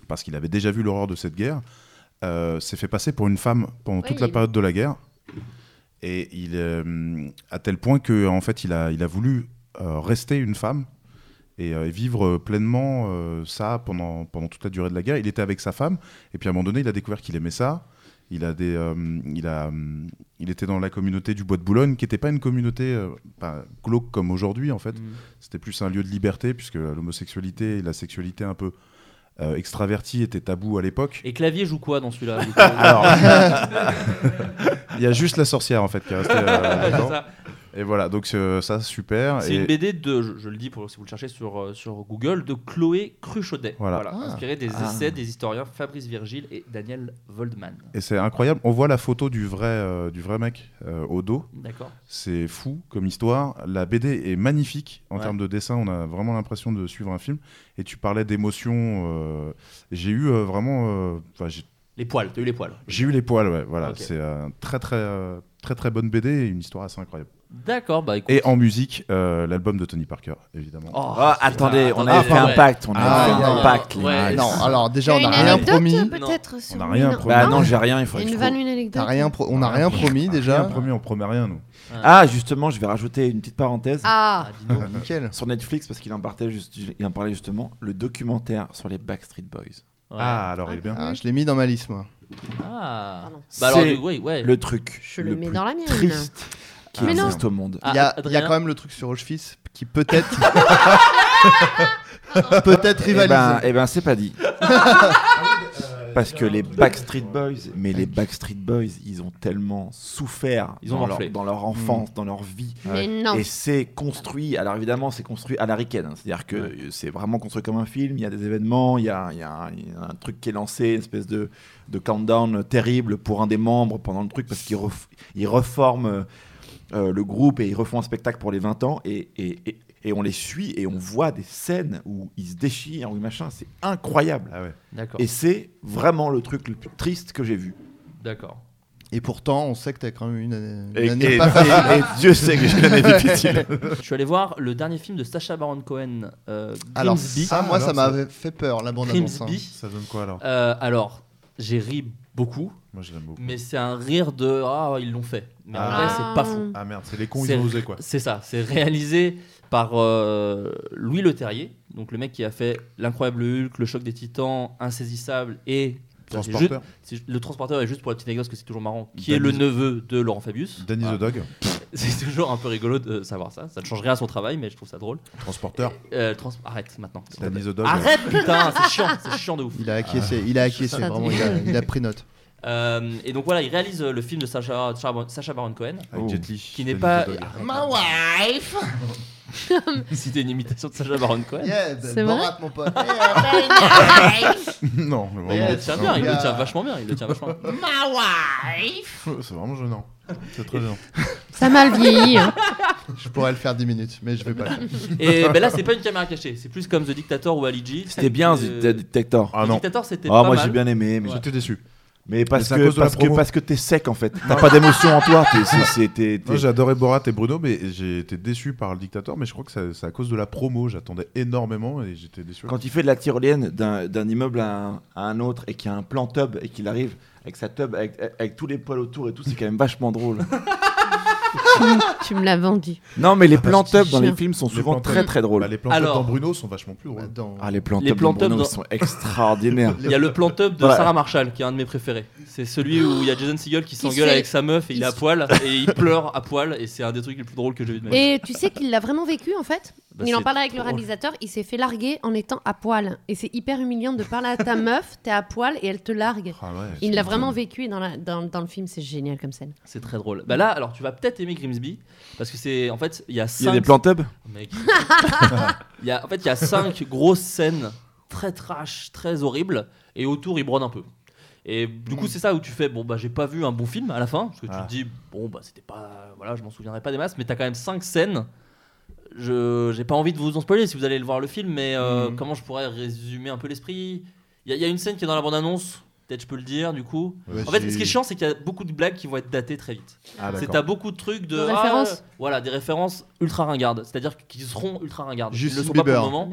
parce qu'il avait déjà vu l'horreur de cette guerre, euh, s'est fait passer pour une femme pendant Ouais, toute la il- période de la guerre. Et il, euh, à tel point que en fait, il a, il a voulu euh, rester une femme et euh, vivre pleinement euh, ça pendant, pendant toute la durée de la guerre. Il était avec sa femme, et puis à un moment donné, il a découvert qu'il aimait ça. Il, a des, euh, il, a, euh, il était dans la communauté du Bois de Boulogne, qui n'était pas une communauté euh, pas glauque comme aujourd'hui, en fait. Mm. C'était plus un lieu de liberté, puisque l'homosexualité et la sexualité un peu euh, extravertie étaient tabous à l'époque. Et Clavier joue quoi dans celui-là du coup Alors, il y a juste la sorcière, en fait, qui est restée euh, C'est là-dedans. ça. Et voilà, donc euh, ça, super. C'est Et- une B D de, je, je le dis pour si vous le cherchez sur, euh, sur Google, de Chloé Cruchaudet. Voilà. Ah. Inspiré des Ah. essais des historiens Fabrice Virgile et Daniel Voldman. Et c'est incroyable. On voit la photo du vrai, euh, du vrai mec euh, au dos. D'accord. C'est fou comme histoire. La B D est magnifique en Ouais. termes de dessin. On a vraiment l'impression de suivre un film. Et tu parlais d'émotion. euh, J'ai eu euh, vraiment. euh, enfin, j'ai Les poils, t'as eu les poils. j'ai eu les poils. Ouais, voilà. Ok. C'est un très très euh, très très bonne B D et une histoire assez incroyable. D'accord, bah écoute. Et en musique, euh, l'album de Tony Parker, évidemment. Oh, Ah, attendez, on ah, a fait ouais. un pacte, on a Ah, fait un ouais. pacte. les Ouais. mecs. Non, alors déjà, on Il y n'a a une rien anecdote, promis. peut-être sur On n'a rien une- promis. Bah Non, non, j'ai rien, il faudrait que une je vanne, trouve. une anecdote. T'as rien pro- on n'a rien promis Rien déjà. promis, on promet rien, nous. Ah, justement, je vais rajouter une petite parenthèse. Ah, Ah, dis donc. Nickel. Sur Netflix, parce qu'il en, parlait juste- il en parlait justement, le documentaire sur les Backstreet Boys. Ouais. Ah, alors il est bien. Ah, je l'ai mis dans ma liste, moi. Ah. Pardon. Bah alors, C'est du- oui, ouais. Le truc Je le le mets plus dans la mienne. triste qui Mais non. existe au monde. Ah, Il y, a, il y a Adrien. quand même le truc sur Auschwitz qui peut-être. peut-être Eh rivalise. ben, eh ben, c'est pas dit. Parce que les Backstreet Boys, mais les Backstreet Boys, ils ont tellement souffert Ils ont dans, leur, morflé. dans leur enfance, dans leur vie. Mais non. Et c'est construit, alors évidemment, c'est construit à la ricaine. hein. C'est-à-dire que Ouais. c'est vraiment construit comme un film. Il y a des événements, il y a, il y a un, il y a un truc qui est lancé, une espèce de, de countdown terrible pour un des membres pendant le truc, parce qu'ils ref- ils reforment euh, le groupe et ils refont un spectacle pour les vingt ans. Et, et, et, et on les suit et on voit des scènes où ils se déchirent, ou machin. C'est incroyable. Ah ouais. D'accord. Et c'est vraiment le truc le plus triste que j'ai vu. D'accord. Et pourtant, on sait que t'as quand même eu une année, une Et, année et- pas facile. et- et Dieu sait que j'ai une année difficile. Je suis allé voir le dernier film de Sacha Baron Cohen, euh, Alors, Grimsby. ça, moi, alors, ça ça- m'avait fait peur, la bande-annonce. hein. Grimsby. Ça donne quoi alors Euh, alors, j'ai ri beaucoup, Moi je l'aime beaucoup. mais c'est un rire de ah ils l'ont fait. Mais en Ah. vrai c'est pas fou. Ah merde, c'est les cons, C'est- ils ont osé quoi. C'est ça, c'est réalisé par euh, Louis Leterrier, donc le mec qui a fait L'incroyable Hulk, Le choc des titans, Insaisissable et Transporteur. c'est juste- le transporteur est juste pour la petite anecdote parce que c'est toujours marrant, qui est Danny le the- neveu de Laurent Fabius. Danny Ah. the Dog, C'est toujours un peu rigolo de savoir ça. Ça ne change rien à son travail, mais je trouve ça drôle. transporteur. Euh, trans- Arrête maintenant. Danny the Dog. Arrête putain, c'est chiant, c'est chiant de ouf. Il a acquiescé, il a acquiescé, Ça vraiment, dit. il a, il a pris note. Euh, et donc voilà, il réalise euh, le film de Sacha, Sacha, Sacha Baron Cohen, Avec Oh. Jet Li. qui n'est Danny pas. the Dog. Arrête, wife C'était une imitation de Sacha Baron Cohen. Yeah, C'est Borat, mon pote. Non, mais Il vraiment, le tient bien, il le Yeah. tient vachement bien, il le tient vachement bien. c'est vraiment gênant. C'est très gênant. Ça m'a mal vieilli. hein. Je pourrais le faire dix minutes, mais je vais pas le faire. Et ben là, c'est pas une caméra cachée, c'est plus comme The Dictator ou Ali G. C'était bien, Euh, The Detector. Ah The non, Dictator, c'était Ah, pas moi mal. j'ai bien aimé, mais, Ouais. j'étais déçu. mais parce, Mais c'est à que, cause de la parce, que, promo. parce que t'es sec en fait. T'as pas d'émotion en toi. T'es, c'est- c'est- t'es- t'es- Moi j'ai adoré Borat et Bruno, mais j'ai été déçu par le dictateur. Mais je crois que ça- c'est à cause de la promo. J'attendais énormément et j'étais déçu. Quand il fait de la tyrolienne d'un, d'un immeuble à un, à un autre et qu'il y a un plan tub et qu'il arrive avec sa tub avec, avec tous les poils autour et tout, c'est quand même vachement drôle. Tu me l'as vendu. Non, mais les plans petit tub dans les chien. films sont Les souvent plans très tub. très drôles. Bah, les plans Alors- dans Bruno sont vachement plus drôles. Dans- Ah, les plans Les tub plans de tub Bruno, dans- ils sont extraordinaires. Il y a le plan tub de Ouais. Sarah Marshall, qui est un de mes préférés. C'est celui où il y a Jason Segel qui se s'engueule fait- avec sa meuf et il il est à se- poil et il pleure à poil et c'est un des trucs les plus drôles que j'ai vu de ma vie. Et tu sais qu'il l'a vraiment vécu en fait. Bah, il en c'est parlait avec le trop réalisateur, il s'est fait larguer en étant à poil. Et c'est hyper humiliant de parler à ta meuf, t'es à poil et elle te largue. Ah ouais, Il c'est l'a drôle. vraiment vécu dans, la- dans, dans le film, c'est génial comme scène. C'est très drôle. Bah là, alors tu vas peut-être aimer Grimsby parce que c'est en fait il y a Il y a cinq des plans tub. Mec. il y a, en fait, il y a cinq grosses scènes très trash, très horribles, et autour, il brode un peu. Et du coup, c'est ça où tu fais, bon, bah, j'ai pas vu un bon film à la fin, parce que Ah. tu te dis, bon, bah, c'était pas. Voilà, je m'en souviendrai pas des masses, mais t'as quand même cinq scènes. Je J'ai pas envie de vous en spoiler si vous allez le voir le film, mais euh, Mhm. comment je pourrais résumer un peu l'esprit. Il y, a- il y a une scène qui est dans la bande-annonce, peut-être je peux le dire, du coup. Ouais, En fait, j'ai- ce qui est chiant, c'est qu'il y a beaucoup de blagues qui vont être datées très vite. Ah, C'est d'accord. t'as beaucoup de trucs de De ah, références. voilà, des références ultra ringardes, c'est-à-dire qu'ils seront ultra ringardes. Ils Justin le sont pas pour Bieber. le moment. Merde.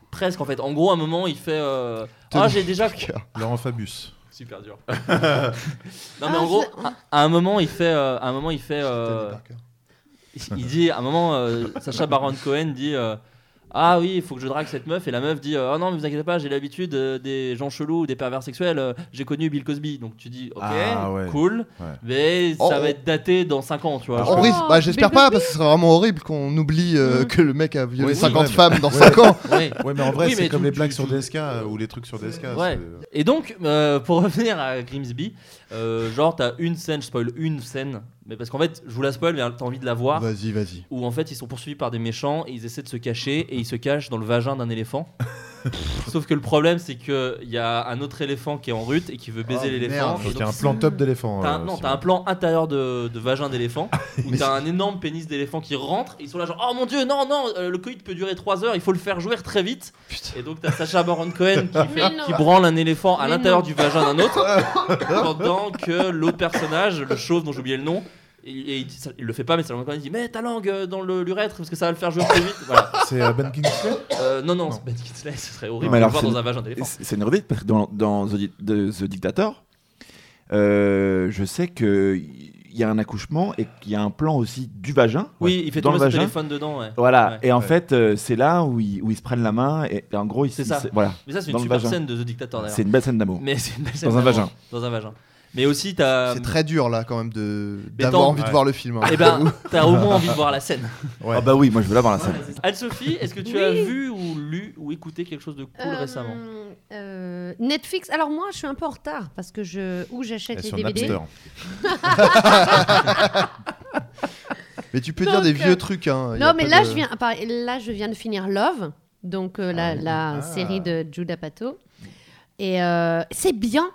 presque en fait. En gros, à un moment, il fait. Euh... Ah, j'ai déjà. Laurent Fabius. Super dur. non mais ah, en gros, à, à un moment, il fait. Euh, à un moment, il fait. Euh... il dit, à un moment, euh, Sacha Baron Cohen dit. Euh, Ah oui, il faut que je drague cette meuf. Et la meuf dit oh non, mais vous inquiétez pas, j'ai l'habitude euh, des gens chelous, des pervers sexuels. Euh, j'ai connu Bill Cosby. Donc tu dis ok, ah, ouais. cool, ouais. mais oh, ça va être daté dans cinq ans, tu vois. Oh, risque, bah, j'espère pas, parce que ce serait vraiment horrible qu'on oublie euh, mmh. que le mec a violé oui, cinquante oui, femmes mais... dans ouais. cinq ans. Ouais. ouais, mais en vrai, oui, c'est mais comme tout, les blagues tout, sur D S K euh, ou les trucs sur D S K. Ouais. Et donc, euh, pour revenir à Grimsby, euh, genre t'as une scène, je spoil une scène. Mais parce qu'en fait, je vous la spoil, mais t'as envie de la voir. Vas-y, vas-y. Où en fait, ils sont poursuivis par des méchants et ils essaient de se cacher et ils se cachent dans le vagin d'un éléphant. Sauf que le problème, c'est qu'il y a un autre éléphant qui est en route et qui veut baiser oh, l'éléphant. Donc il y a un plan top d'éléphant. T'as, euh, non, t'as un plan intérieur de, de vagin d'éléphant où t'as un énorme pénis d'éléphant qui rentre. Et ils sont là, genre, oh mon dieu, non, non, euh, le coït peut durer trois heures, il faut le faire jouir très vite. Putain. Et donc t'as Sacha Baron Cohen qui, fait, qui branle un éléphant à mais l'intérieur non. du vagin d'un autre. Pendant que l'autre personnage, le chauve dont j'ai oublié le nom, Et, et il, ça, il le fait pas, mais ça il dit mets ta langue dans le, l'urètre parce que ça va le faire jouer plus vite. Voilà. C'est euh, Ben Kingsley euh, Non, non, non. Ben Kingsley, ce serait horrible de le voir dans un vagin d'éléphant. C'est une redite parce que dans, dans The, The Dictator, euh, je sais qu'il y a un accouchement et qu'il y a un plan aussi du vagin. Oui, ouais, il fait tomber son téléphone dedans. Ouais. Voilà, ouais. et en ouais. fait, euh, c'est là où ils, où ils se prennent la main et, et en gros, ils, c'est ça. Ils, voilà, mais ça, c'est une super scène de The Dictator d'ailleurs. C'est une belle scène d'amour. Mais c'est une belle scène dans un vagin. Dans un vagin. Mais aussi, t'as. C'est très dur là quand même de d'avoir envie ouais. de voir le film. Hein. Et ben, t'as au moins envie de voir la scène. Ouais. Ah bah oui, moi je veux la voir la scène. Anne-Sophie, est-ce que tu oui. as vu ou lu ou écouté quelque chose de cool euh, récemment euh, Netflix. Alors moi, je suis un peu en retard parce que je où j'achète les D V D. Mais tu peux donc, dire des vieux euh, trucs. Hein. Non, mais là, de... je viens. Là, je viens de finir Love, donc euh, la, la ah. série de Judd Apatow, et euh, c'est bien.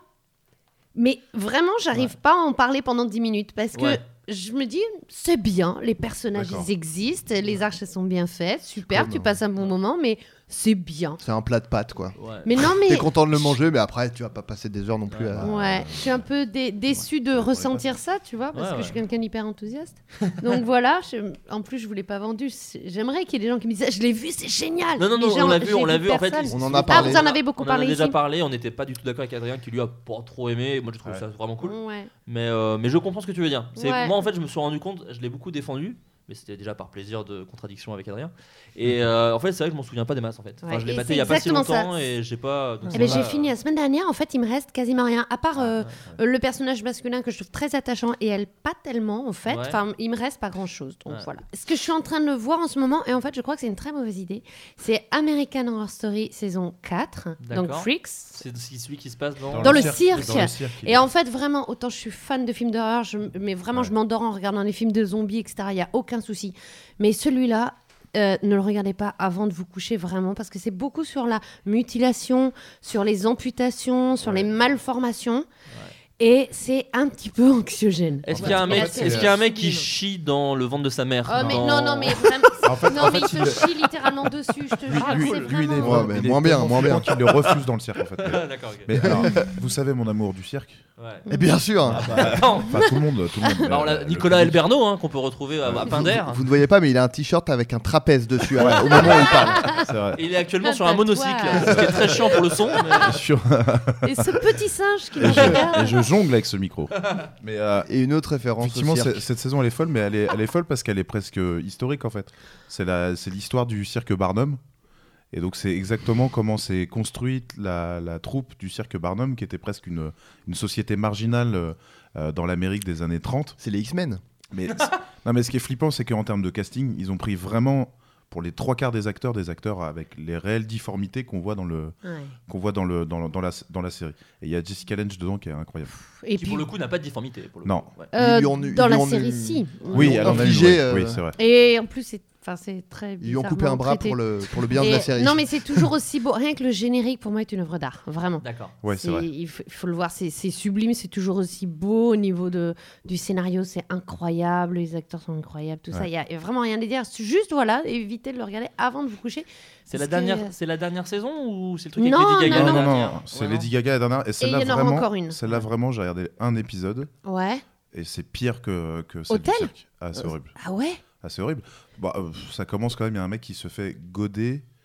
Mais vraiment, j'arrive ouais. pas à en parler pendant dix minutes parce que ouais. je me dis, c'est bien, les personnages ils existent, les arches elles sont bien faites, super, comme, tu passes un bon moment, mais c'est bien. C'est un plat de pâtes quoi. Ouais. Mais non, mais... T'es content de le manger, mais après tu vas pas passer des heures non plus à... Ouais, je suis un peu dé- déçue de ressentir ça, tu vois, parce ouais, que ouais. je suis quelqu'un d'hyper enthousiaste. Donc voilà, je... en plus je vous l'ai pas vendu. J'aimerais qu'il y ait des gens qui me disent, je l'ai vu, c'est génial. Non, non, non, on l'a vu, on l'a vu en fait. On en a parlé. Ah, vous en avez beaucoup on parlé ici. On en a déjà ici. parlé, on n'était pas du tout d'accord avec Adrien qui lui a pas trop aimé. Moi je trouve ouais. ça vraiment cool. Ouais. Mais, euh, mais je comprends ce que tu veux dire. C'est, ouais. Moi en fait je me suis rendu compte, je l'ai beaucoup défendu. Mais c'était déjà par plaisir de contradiction avec Adrien. Et euh, en fait, c'est vrai que je m'en souviens pas des masses en fait. Enfin, ouais, je l'ai maté il y a pas si longtemps ça. Et j'ai pas. Eh ben, j'ai euh... fini la semaine dernière. En fait, il me reste quasiment rien. À part euh, ah, ouais, ouais. le personnage masculin que je trouve très attachant et elle pas tellement en fait. Ouais. Enfin, il me reste pas grand chose. Donc ouais. voilà. Ce que je suis en train de le voir en ce moment, et en fait, je crois que c'est une très mauvaise idée. C'est American Horror Story saison quatre. D'accord. Donc Freaks. C'est celui qui se passe dans, dans, dans, le, le cirque. Dans le cirque. Et en fait, vraiment, autant je suis fan de films d'horreur, je... mais vraiment, ouais. je m'endors en regardant les films de zombies, et cetera. Il y a aucun souci. Mais celui-là, euh, ne le regardez pas avant de vous coucher vraiment, parce que c'est beaucoup sur la mutilation, sur les amputations, sur ouais. les malformations. Ouais. Et c'est un petit peu anxiogène. Est-ce qu'il y a un mec, est-ce qu'il y a un mec qui chie dans le ventre de sa mère oh, mais dans... Non, non, mais vraiment. En fait, non, en mais fait, il se il... chie littéralement dessus. Je te jure. Lui, c'est lui, vraiment... il est, ouais, mais il moins est bien, moins bien. Qu'il le refuse dans le cirque, en fait. D'accord, okay. Mais alors, vous savez mon amour du cirque. Ouais. Et bien sûr. Ah bah, enfin, tout le monde, tout le monde. Bah, on a Nicolas Elberno, hein, qu'on peut retrouver à, à Pinder. Vous, vous ne voyez pas, mais il a un t-shirt avec un trapèze dessus ouais. au moment où il parle. C'est vrai. Il est actuellement sur un monocycle, ce qui est très chiant pour le son. Mais... Et ce petit singe qui me regarde. Et je jongle avec ce micro. Mais euh, et une autre référence. Effectivement, cette saison elle est folle, mais elle est, elle est folle parce qu'elle est presque historique en fait. C'est la, c'est l'histoire du cirque Barnum. Et donc c'est exactement comment s'est construite la, la troupe du cirque Barnum, qui était presque une, une société marginale euh, dans l'Amérique des années trente. C'est les X-Men. Mais, non, mais ce qui est flippant, c'est qu'en termes de casting, ils ont pris vraiment, pour les trois quarts des acteurs, des acteurs avec les réelles difformités qu'on voit dans, le, ouais. qu'on voit dans, le, dans, dans, la, dans la série. Et il y a Jessica Lange dedans qui est incroyable. Et qui puis... pour le coup n'a pas de difformité. Pour le non. coup. Ouais. Euh, dans la série, si. Oui, elle en a une, ouais. euh... oui, c'est vrai. Et en plus, c'est Enfin, c'est très Ils lui ont coupé un bras pour le, pour le bien et de la série. Non, mais c'est toujours aussi beau. Rien que le générique, pour moi, est une œuvre d'art. Vraiment. D'accord. Ouais, c'est, c'est vrai. Il faut, il faut le voir. C'est, c'est sublime. C'est toujours aussi beau. Au niveau de, du scénario, c'est incroyable. Les acteurs sont incroyables. Tout ouais. ça. Il n'y a vraiment rien à dire. C'est juste, voilà, évitez de le regarder avant de vous coucher. C'est la, dernière, que... c'est la dernière saison ou c'est le truc non, avec Lady Gaga? Non, non, non. non. C'est ouais, Lady Gaga la dernière. Et celle-là, et il y en aura vraiment, encore une. Celle-là, vraiment, j'ai regardé un épisode. Ouais. Et c'est pire que, que celle Hôtel du cirque. Ah, c'est horrible. Ah ouais? Ah, c'est horrible. Bah, euh, ça commence quand même, il y a un mec qui se fait goder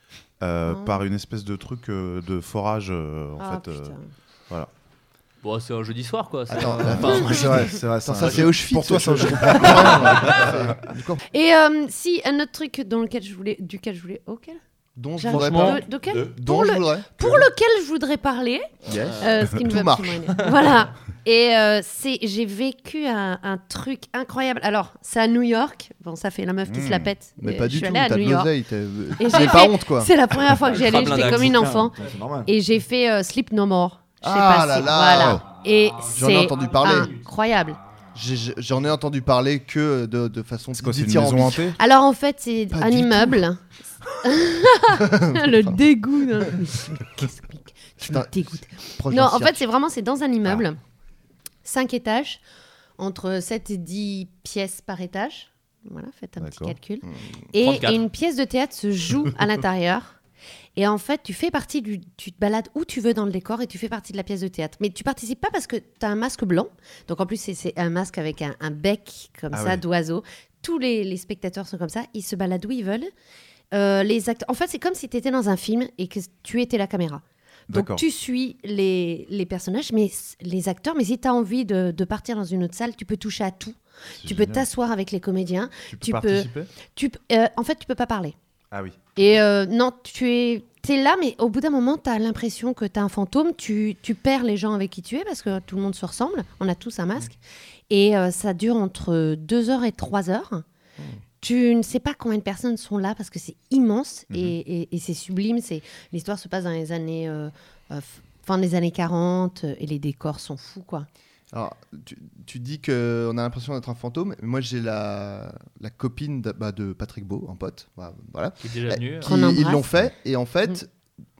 euh, Oh. par une espèce de truc euh, de forage euh, en Ah, fait. euh, putain. voilà. Bon, c'est un jeudi soir, quoi. c'est Attends, un- attends, enfin, c'est vrai, c'est vrai. Attends, c'est ça un- c'est Auschwitz. Pour toi, je, ça, je comprends rien. C'est- du coup, Et euh, si, un autre truc dans lequel je voulais, duquel je voulais. Auquel dont je J'arrive- voudrais Franchement, pas. de, de quel de- Dont pour je le- voudrais. Pour lequel je voudrais parler, Yes. euh, ce qui me Tout va marche. absolument énerver. Voilà. Et euh, c'est, j'ai vécu un, un truc incroyable. Alors, c'est à New York. Bon, ça fait la meuf qui Mmh. se la pète. Mais Et pas je du suis tout. allée à T'as de New York. l'oseille. t'as- Et T'as j'ai pas fait- honte quoi. C'est la première fois que j'y allais. Ultra J'étais blindax. comme une enfant. C'est normal. Et j'ai fait euh, Sleep No More. Je sais Ah pas là si- là. Voilà. Et J'en ai c'est entendu parler. incroyable. J'ai- J'en ai entendu parler que de, de façon C'est quoi, c'est une dithyrambique. maison hantée? Alors en fait, c'est Pas un du tout. immeuble. Le dégoût. non. Qu'est-ce que tu me Putain, dégoûtes. Proche Non, d'un en fait, cirque. c'est vraiment c'est dans un immeuble, cinq étages, entre sept et dix pièces par étage. Voilà, faites un petit D'accord. calcul. Et, trente-quatre. et une pièce de théâtre se joue à l'intérieur. Et en fait, tu fais partie du. Tu te balades où tu veux dans le décor et tu fais partie de la pièce de théâtre. Mais tu participes pas parce que tu as un masque blanc. Donc en plus, c'est- c'est un masque avec un, un bec comme Ah ça ouais. d'oiseau. Tous les, les spectateurs sont comme ça. Ils se baladent où ils veulent. Euh, les acteurs. En fait, c'est comme si tu étais dans un film et que tu étais la caméra. Donc D'accord. tu suis les, les personnages, mais s- les acteurs. Mais si tu as envie de, de partir dans une autre salle, tu peux toucher à tout. C'est Tu peux génial. t'asseoir avec les comédiens. Tu peux tu peux- participer? Tu, p- euh, en fait, tu peux pas parler. Ah oui. Et euh, non, tu es, t'es là, mais au bout d'un moment, tu as l'impression que tu as un fantôme. Tu, tu perds les gens avec qui tu es parce que tout le monde se ressemble. On a tous un masque. Et euh, ça dure entre deux heures et trois heures. Tu ne sais pas combien de personnes sont là parce que c'est immense Mhm. et, et- et c'est sublime. C'est, l'histoire se passe dans les années, euh, euh, f- fin des années quarante euh, et les décors sont fous, quoi. Alors, tu, tu dis qu'on a l'impression d'être un fantôme. Mais moi, j'ai la, la copine de, bah, de Patrick Beau, un pote. Bah, voilà. Qui est déjà venu. Qui- Qu'on ils embrasse. l'ont fait. Et en fait,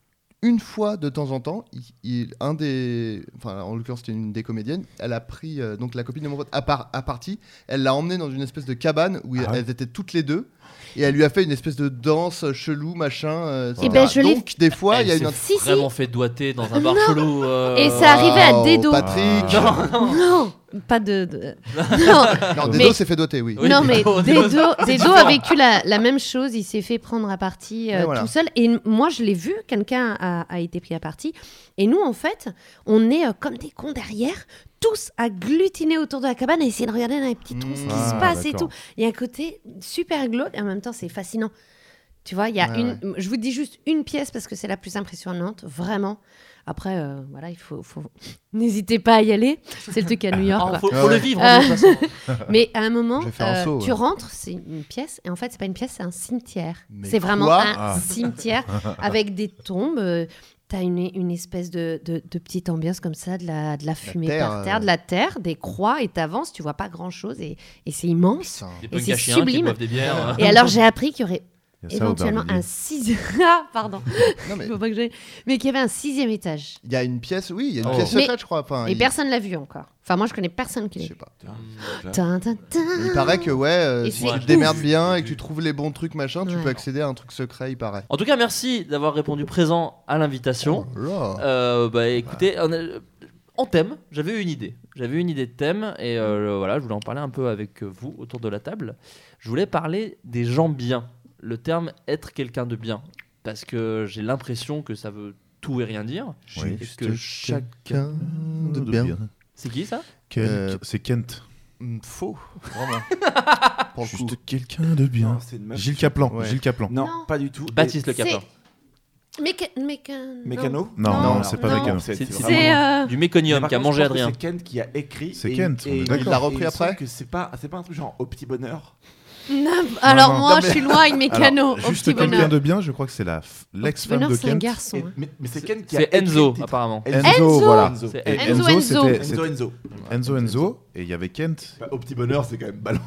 une fois de temps en temps, il, il- un des, enfin, en l'occurrence, c'était une des comédiennes. Elle a pris euh, donc la copine de mon pote à, part, à partie. Elle l'a emmenée dans une espèce de cabane où Ah ouais. elles étaient toutes les deux. Et elle lui a fait une espèce de danse chelou, machin. euh, Eh et ben, je l'ai- donc, des fois, il y a Elle une. s'est Si, si. vraiment fait doigter dans un bar chelou. euh, Et ça arrivait à Waouh, Dedo. Patrick. Non, Non, pas de. de- Non, Non, Mais- Dedo s'est fait doter, oui. Oui, non, mais Dedo, Dedo, Dedo, c'est Dedo différent. a vécu la, la même chose. Il s'est fait prendre à partie euh, Ouais, voilà. tout seul. Et n- moi, je l'ai vu. Quelqu'un a, a été pris à partie. Et nous, en fait, on est euh, comme des cons derrière, tous agglutinés autour de la cabane, à essayer de regarder dans les petits trous ce qui Ah, se passe et d'accord. tout. Il y a un côté super glauque et en même temps, c'est fascinant. Tu vois, il y a Ouais, une. Je vous dis juste une pièce parce que c'est la plus impressionnante, vraiment. Après, euh, voilà, il faut, faut... N'hésitez pas à y aller. C'est le truc à New York. Ah, quoi. faut, Ah faut le ouais. vivre Euh, de toute façon. Mais à un moment, J'ai fait un euh, saut, tu ouais. rentres, c'est une pièce, et en fait, c'est pas une pièce, c'est un cimetière. Mais C'est vraiment quoi un Ah. cimetière avec des tombes. euh, T'as une, une espèce de, de, de petite ambiance comme ça, de la, de la fumée terre, par terre, euh. de la terre, des croix, et t'avances, tu vois pas grand-chose, et, et c'est immense. Putain. Des et punks c'est à chiens qui sublime. boivent des bières. Et alors, j'ai appris qu'il y aurait Il y a ça au éventuellement Aubervilliers. un sixième... Ah, pardon, Non, mais faut pas que j'aille- mais qu'il y avait un sixième étage. il y a une pièce, oui, il y a une Oh. pièce Mais- secrète, je crois. Enfin, Et il... personne l'a vu encore. Enfin, moi, je connais personne qui Je l'a sais vu. pas. Tin, tin, tin. Mais il paraît que, ouais, euh, Et si c'est tu te ouf. démerdes bien et que tu trouves les bons trucs, machin, tu Ouais. peux accéder à un truc secret, il paraît. En tout cas, merci d'avoir répondu présent à l'invitation. Oh là. Euh, bah écoutez, on a- en thème, j'avais une idée. J'avais une idée de thème et euh, voilà, je voulais en parler un peu avec vous autour de la table. Je voulais parler des gens bien. Le terme être quelqu'un de bien, parce que j'ai l'impression que ça veut tout et rien dire. Oui. Et que chaque... Quelqu'un de bien. C'est qui ça? Quel- Euh, C'est Kent. Hmm, Faux, vraiment. Pour le coup. Juste quelqu'un de bien. Non, c'est une meuf. Gilles Caplan. Ouais. Gilles Caplan. Non, Non. pas du tout. Baptiste Le C'est- Caplan. Méca... Méca... non. Mécano Non, Non, non, c'est pas non. Mécano. C'est- c'est- C'est... vraiment- euh, Du Mais méconium par qui a contre, mangé je pense que Adrien. C'est Kent qui a écrit. C'est et- Kent, on et est il d'accord. l'a repris et il me semble après que c'est pas, c'est pas un truc genre au petit bonheur. Non, alors non. moi, Non, je mais- suis loin avec Mécano. Alors, au juste petit quelqu'un bonheur. de bien, je crois que c'est la f- l'ex-femme Bonheur, de c'est un Kent. garçon. Et- hein. mais mais c'est Kent qui a C'est écrit le Enzo, titre. apparemment. Enzo, Enzo. voilà. Enzo. C'est Et Enzo, Enzo, Enzo. c'était Enzo, c'était- Enzo. Enzo, Enzo, et il y avait Kent. Bah, au petit bonheur, c'est quand même ballon.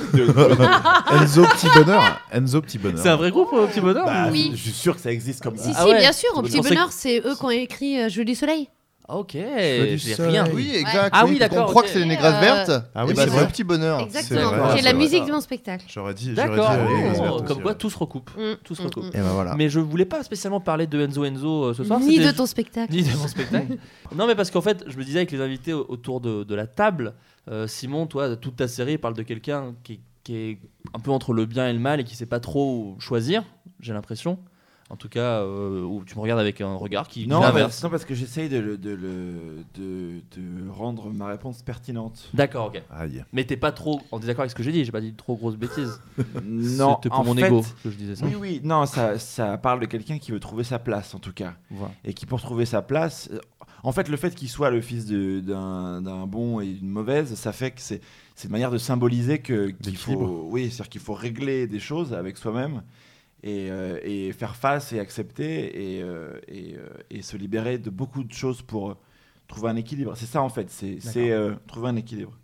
Enzo Petit Bonheur. Enzo Petit Bonheur. C'est un vrai groupe, euh, Petit Bonheur Bah, Oui. Je suis sûr que ça existe comme Si, ça. Ah si, ouais. bien sûr, au Je petit pensais bonheur, c'est eux qui ont écrit euh, Jeu du soleil. Ok, du j'ai soleil. rien. Oui, exact. Ah oui, parce d'accord, qu'on croit ok. que c'est les Et, négresses euh, vertes. Ah et oui, bah, c'est c'est vrai. le petit bonheur. Exactement. vrai, Qui est c'est la vrai. musique de mon spectacle. J'aurais dit, j'aurais dit D'accord. euh, les Négresses Oh, Vertes comme aussi, quoi, ouais. tout se recoupe. Mm, Tout se mm, recoupe. mm. Et bah voilà. Mais je voulais pas spécialement parler de Enzo Enzo euh, ce soir. Ni c'était de ton spectacle. Ni de mon spectacle. Non, mais parce qu'en fait, je me disais avec les invités au- autour de, de la table, euh, Simon, toi, toute ta série parle de quelqu'un qui, qui est un peu entre le bien et le mal et qui sait pas trop choisir, j'ai l'impression. En tout cas, euh, où tu me regardes avec un regard qui, qui Non, l'inverse. non, parce que j'essaye de, le- de, le- de, de rendre ma réponse pertinente. D'accord, ok. Aïe. Mais t'es pas trop en désaccord avec ce que j'ai dit, j'ai pas dit de trop grosses bêtises. Non, C'était pour en mon fait, ego que je disais ça. Oui, oui, non, ça, ça parle de quelqu'un qui veut trouver sa place, en tout cas. Voilà. Et qui, pour trouver sa place, euh, en fait, le fait qu'il soit le fils de- d'un d'un bon et d'une mauvaise, ça fait que c'est c'est une manière de symboliser que qu'il faut, L'équilibre. oui, c'est-à-dire qu'il faut régler des choses avec soi-même et, euh, et faire face et accepter et, euh, et, euh, et se libérer de beaucoup de choses pour euh, trouver un équilibre. C'est ça, en fait, c'est c'est, euh, trouver un équilibre.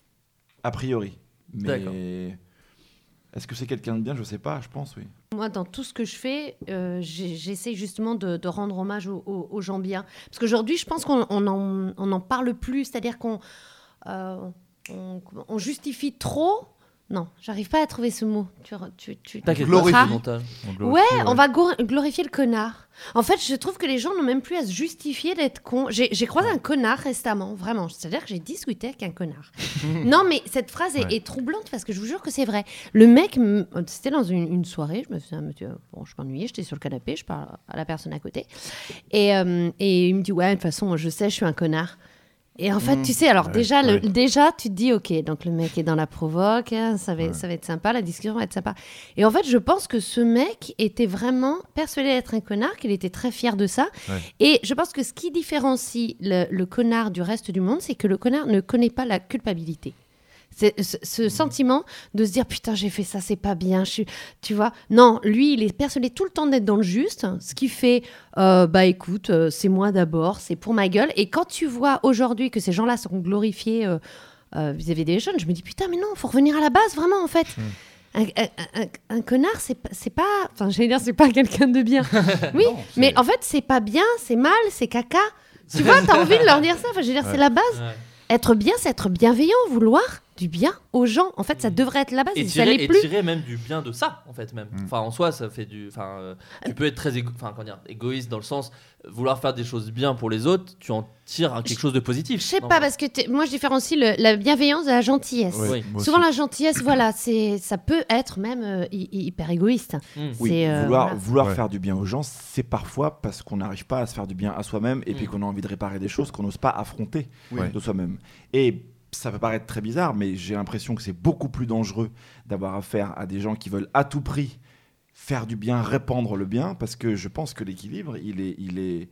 A priori. D'accord. Mais est-ce que c'est quelqu'un de bien? Je sais pas, je pense, oui. Moi, dans tout ce que je fais, euh, j'ai- j'essaie justement de, de rendre hommage aux, aux- aux gens bien. Parce qu'aujourd'hui, je pense qu'on on en, on en parle plus. C'est-à-dire qu'on euh, on, on justifie trop. Non, j'arrive pas à trouver ce mot. Tu, tu, tu, T'inquiète pas, Glorifie. c'est montage. Ouais, on va go- glorifier le connard. En fait, je trouve que les gens n'ont même plus à se justifier d'être cons. J'ai j'ai croisé un connard récemment, vraiment. C'est-à-dire que j'ai discuté avec un connard. Non, mais cette phrase est, Ouais. est troublante parce que je vous jure que c'est vrai. Le mec, m- c'était dans une, une soirée, je me faisais un monsieur, bon, je m'ennuyais, j'étais sur le canapé, je parle à la personne à côté. Et, euh, et il me dit, ouais, de toute façon, je sais, je suis un connard. Et en fait, Mmh. tu sais, alors Ouais, déjà, le- ouais. déjà, tu te dis, ok, donc le mec est dans la provoque, hein, ça, va, Ouais. ça va être sympa, la discussion va être sympa. Et en fait, je pense que ce mec était vraiment persuadé d'être un connard, qu'il était très fier de ça. Ouais. Et je pense que ce qui différencie le, le connard du reste du monde, c'est que le connard ne connaît pas la culpabilité. C'est ce, ce sentiment de se dire putain j'ai fait ça, c'est pas bien, je suis... tu vois. Non, lui il est persuadé tout le temps d'être dans le juste, ce qui fait euh, bah écoute, euh, c'est moi d'abord, c'est pour ma gueule. Et quand tu vois aujourd'hui que ces gens-là sont glorifiés euh, euh, vis-à-vis des jeunes, je me dis putain mais non, faut revenir à la base vraiment en fait. Un, un- un- un connard, c'est pas, c'est pas, enfin j'allais dire c'est pas quelqu'un de bien. Oui, Non, c'est- mais en fait c'est pas bien, c'est mal, c'est caca. Tu vois, t'as envie de leur dire ça. Enfin, je veux dire, Ouais. c'est la base. Ouais. Être bien, c'est être bienveillant, vouloir du bien aux gens. En fait, ça devrait être la base. Et Et si ça tirer, l'est et plus. tirer même du bien de ça, en fait, même. Mm. Enfin, en soi, ça fait du. Enfin, euh, tu peux être très égo... enfin, comment dire, égoïste dans le sens euh, vouloir faire des choses bien pour les autres, tu en tires un- quelque chose de positif. Je sais Non, pas, mais- parce que t'es- moi, je différencie le- la bienveillance de la gentillesse. Ouais, Oui. moi Souvent, aussi. la gentillesse, voilà, c'est, ça peut être même euh, hy- hy- hyper égoïste. Mm. Oui, C'est, euh, vouloir, voilà. vouloir Ouais. faire du bien aux gens, c'est parfois parce qu'on n'arrive pas à se faire du bien à soi-même et puis Mm. qu'on a envie de réparer des choses qu'on n'ose pas affronter Oui. de soi-même. Et ça peut paraître très bizarre, mais j'ai l'impression que c'est beaucoup plus dangereux d'avoir affaire à des gens qui veulent à tout prix faire du bien, répandre le bien, parce que je pense que l'équilibre, il est, il est,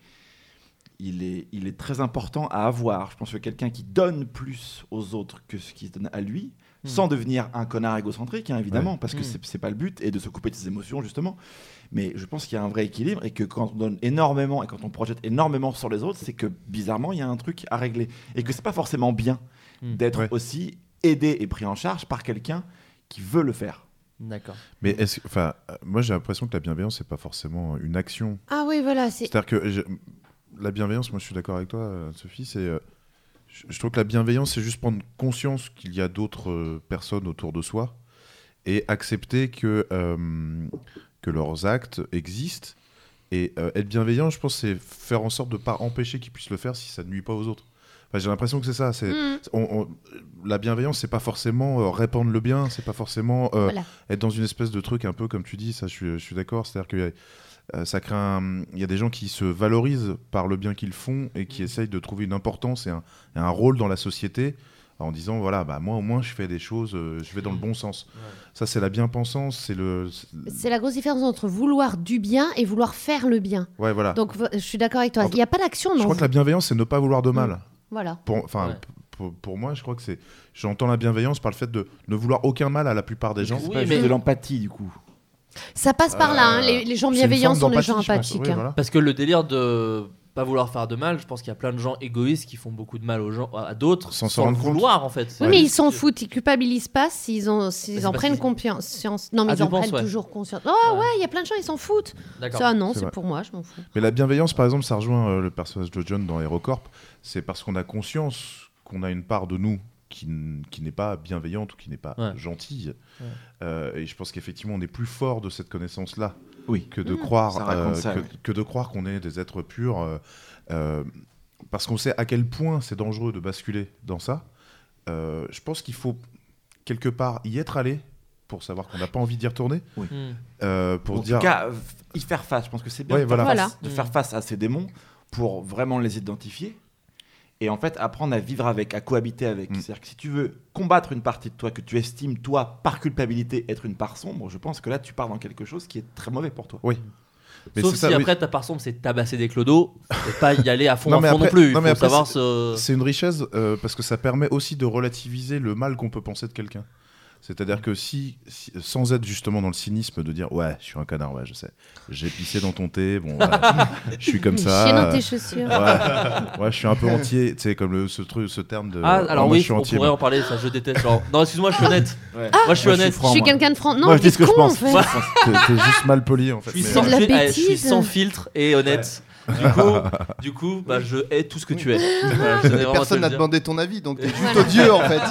il est, il est très important à avoir. Je pense que quelqu'un qui donne plus aux autres que ce qu'il donne à lui, Mm. sans devenir un connard égocentrique, hein, évidemment, parce que Mm. c'est, c'est pas le but, et de se couper de ses émotions, justement. Mais je pense qu'il y a un vrai équilibre et que quand on donne énormément et quand on projette énormément sur les autres, c'est que bizarrement, il y a un truc à régler. Et que c'est pas forcément bien Mm. d'être Ouais. aussi aidé et pris en charge par quelqu'un qui veut le faire. D'accord. Mais est-ce, enfin, euh, moi j'ai l'impression que la bienveillance c'est pas forcément une action. Ah oui, voilà. C'est... C'est-à-dire que je- la bienveillance, moi je suis d'accord avec toi, euh, Sophie, c'est, euh, je, je trouve que la bienveillance c'est juste prendre conscience qu'il y a d'autres euh, personnes autour de soi et accepter que euh, que leurs actes existent. Et euh, être bienveillant, je pense, c'est faire en sorte de pas empêcher qu'ils puissent le faire si ça ne nuit pas aux autres. Enfin, j'ai l'impression que c'est ça. C'est, Mm, on- on- la bienveillance, c'est pas forcément euh, répandre le bien, c'est pas forcément euh, voilà. être dans une espèce de truc un peu comme tu dis. Ça, je suis, je suis d'accord. C'est-à-dire que euh, ça crée un- il y a des gens qui se valorisent par le bien qu'ils font et qui essayent de trouver une importance et un, et un rôle dans la société en disant voilà, bah moi au moins je fais des choses, euh, je vais dans le bon sens. Ouais. Ça, c'est la bien-pensance, c'est le. C'est la grosse différence entre vouloir du bien et vouloir faire le bien. Ouais, voilà. Donc, v- je suis d'accord avec toi. En Il n'y a pas d'action je dans crois que la bienveillance, c'est ne pas vouloir de mal. Voilà. Pour, enfin, Ouais. p- pour, pour moi, je crois que c'est. J'entends la bienveillance par le fait de ne vouloir aucun mal à la plupart des gens. C'est Oui, pas mais- juste de l'empathie, du coup. Ça passe par là. hein. Euh, Les, les gens c'est une bienveillants forme sont les d'empathie, gens je pense. empathiques. Oui, hein. voilà. Parce que le délire de pas vouloir faire de mal, je pense qu'il y a plein de gens égoïstes qui font beaucoup de mal aux gens, à d'autres, Sans sans, s'en le rendre compte. vouloir en fait. Oui, Ouais. mais ils s'en foutent, ils culpabilisent pas s'ils, ont, s'ils Mais c'est en parce prennent qu'ils- conscience. Non, mais Ah, ils tu en penses, prennent ouais. toujours conscience. Oh Ouais. ouais, il y a plein de gens, ils s'en foutent. D'accord. Ça, non, C'est c'est vrai. pour moi, je m'en fous. Mais la bienveillance, par exemple, ça rejoint euh, le personnage de John dans HeroCorp. C'est parce qu'on a conscience qu'on a une part de nous qui, n- qui n'est pas bienveillante ou qui n'est pas Ouais. gentille. Ouais. Euh, et je pense qu'effectivement, on est plus fort de cette connaissance-là Oui. que de Mmh. croire Ça raconte euh, ça, que, ouais. que de croire qu'on est des êtres purs. euh, euh, parce qu'on sait à quel point c'est dangereux de basculer dans ça. Euh, je pense qu'il faut quelque part y être allé pour savoir qu'on n'a pas envie d'y retourner. Oui. Mm. Euh, pour en dire. tout cas, y faire face. Je pense que c'est bien Ouais, de, faire voilà. face, de Voilà. faire face à ces démons pour vraiment les identifier et en fait apprendre à vivre avec, à cohabiter avec. Mm. C'est-à-dire que si tu veux combattre une partie de toi que tu estimes, toi, par culpabilité, être une part sombre, je pense que là, tu pars dans quelque chose qui est très mauvais pour toi. Oui. Mais Sauf c'est si ça, oui. après ta part sombre c'est tabasser des clodos, et pas y aller à fond Non, à mais fond après- non plus. Il non, mais faut après, savoir c'est- se. C'est une richesse euh, parce que ça permet aussi de relativiser le mal qu'on peut penser de quelqu'un. C'est-à-dire que si, si- sans être justement dans le cynisme de dire ouais, je suis un connard, ouais, je sais, j'ai pissé dans ton thé, bon, ouais, je suis comme ça. Chier dans euh, tes chaussures. ouais, ouais, je suis un peu entier, tu sais, comme le, ce truc, ce terme de. Ah, ouais, alors moi, oui, je suis on entier. pourrait moi. en parler, ça je déteste. Genre, non, excuse-moi, je suis honnête. Ouais. Moi je suis Moi, honnête. franc, Je suis moi. quelqu'un de franc. Non, Moi, je dis t'es ce que je con, en pense. fait. T'es t'es juste mal poli en fait. Je suis, mais- sans, C'est de la je suis- eh, je suis bêtise. sans filtre et honnête. Du coup, du coup bah, je hais tout ce que tu es. Voilà, je tenais vraiment à te Personne le n'a dire. demandé ton avis, donc t'es juste Voilà. odieux en fait.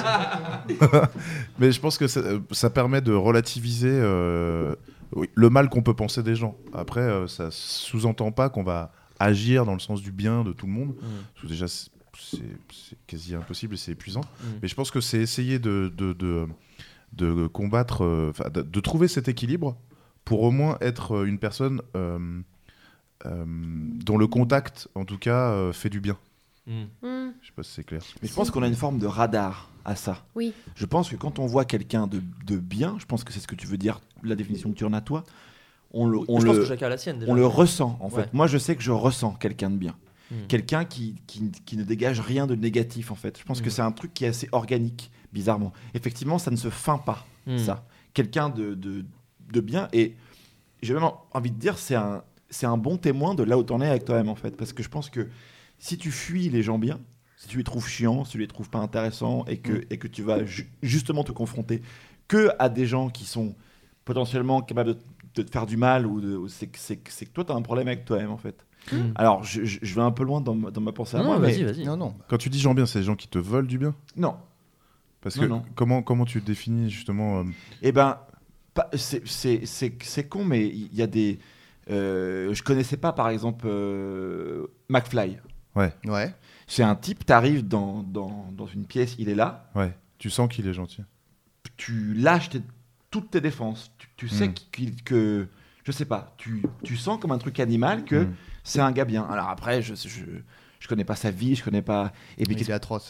Mais je pense que ça, ça permet de relativiser euh, oui, le mal qu'on peut penser des gens. Après, euh, ça sous-entend pas qu'on va agir dans le sens du bien de tout le monde. Mm. Parce que déjà, c'est c'est- c'est quasi impossible et c'est épuisant. Mm. Mais je pense que c'est essayer de, de, de, de combattre, euh, enfin, de, de trouver cet équilibre pour au moins être une personne euh, euh, dont le contact, en tout cas, euh, fait du bien. Mm. Hmm. Je sais pas si c'est clair. Mais je pense qu'on a une forme de radar à ça. Oui. Je pense que quand on voit quelqu'un de, de bien, je pense que c'est ce que tu veux dire, la définition que tu en as toi, on le, on je le, pense que chacun a la sienne déjà. on le ressent en fait. Ouais. Moi je sais que je ressens quelqu'un de bien. Mm. Quelqu'un qui, qui, qui ne dégage rien de négatif en fait. Je pense que Mm. c'est un truc qui est assez organique, bizarrement. Effectivement, ça ne se feint pas, Mm. ça. Quelqu'un de, de, de bien. Et j'ai même envie de dire, c'est un, c'est un bon témoin de là où t'en es avec toi-même en fait. Parce que je pense que si tu fuis les gens bien, si tu les trouves chiants, si tu les trouves pas intéressants et que, Mm. et que tu vas ju- justement te confronter que à des gens qui sont potentiellement capables de, de te faire du mal, ou de, ou c'est, que- c'est, que- c'est que toi tu as un problème avec toi-même en fait. Mm. Alors je, je- je vais un peu loin dans, ma- dans ma pensée à Non, moi, vas-y, mais vas-y. Non, non. Quand tu dis gens bien, c'est les gens qui te veulent du bien. non. Parce Non, que non. Comment, comment tu définis justement euh, Eh ben, pas- c'est, c'est, c'est, c'est con, mais il y a des. Euh, je connaissais pas, par exemple, euh, McFly. Ouais. C'est un type, t'arrives dans, dans, dans une pièce, il est là, Ouais, tu sens qu'il est gentil. tu lâches tes- toutes tes défenses. Tu, tu sais Mm. qu'il, que. Je sais pas, tu, tu sens comme un truc animal que Mm. c'est un gars bien. Alors après, je, je, je connais pas sa vie, je connais pas. Et puis, Il est atroce.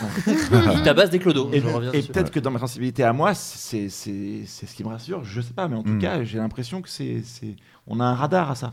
Il tabasse des clodos. Et, je reviens et dessus. peut-être que dans ma sensibilité à moi, c'est, c'est, c'est ce qui me rassure, je sais pas, mais en tout Mm. cas, j'ai l'impression que c'est, c'est, on a un radar à ça.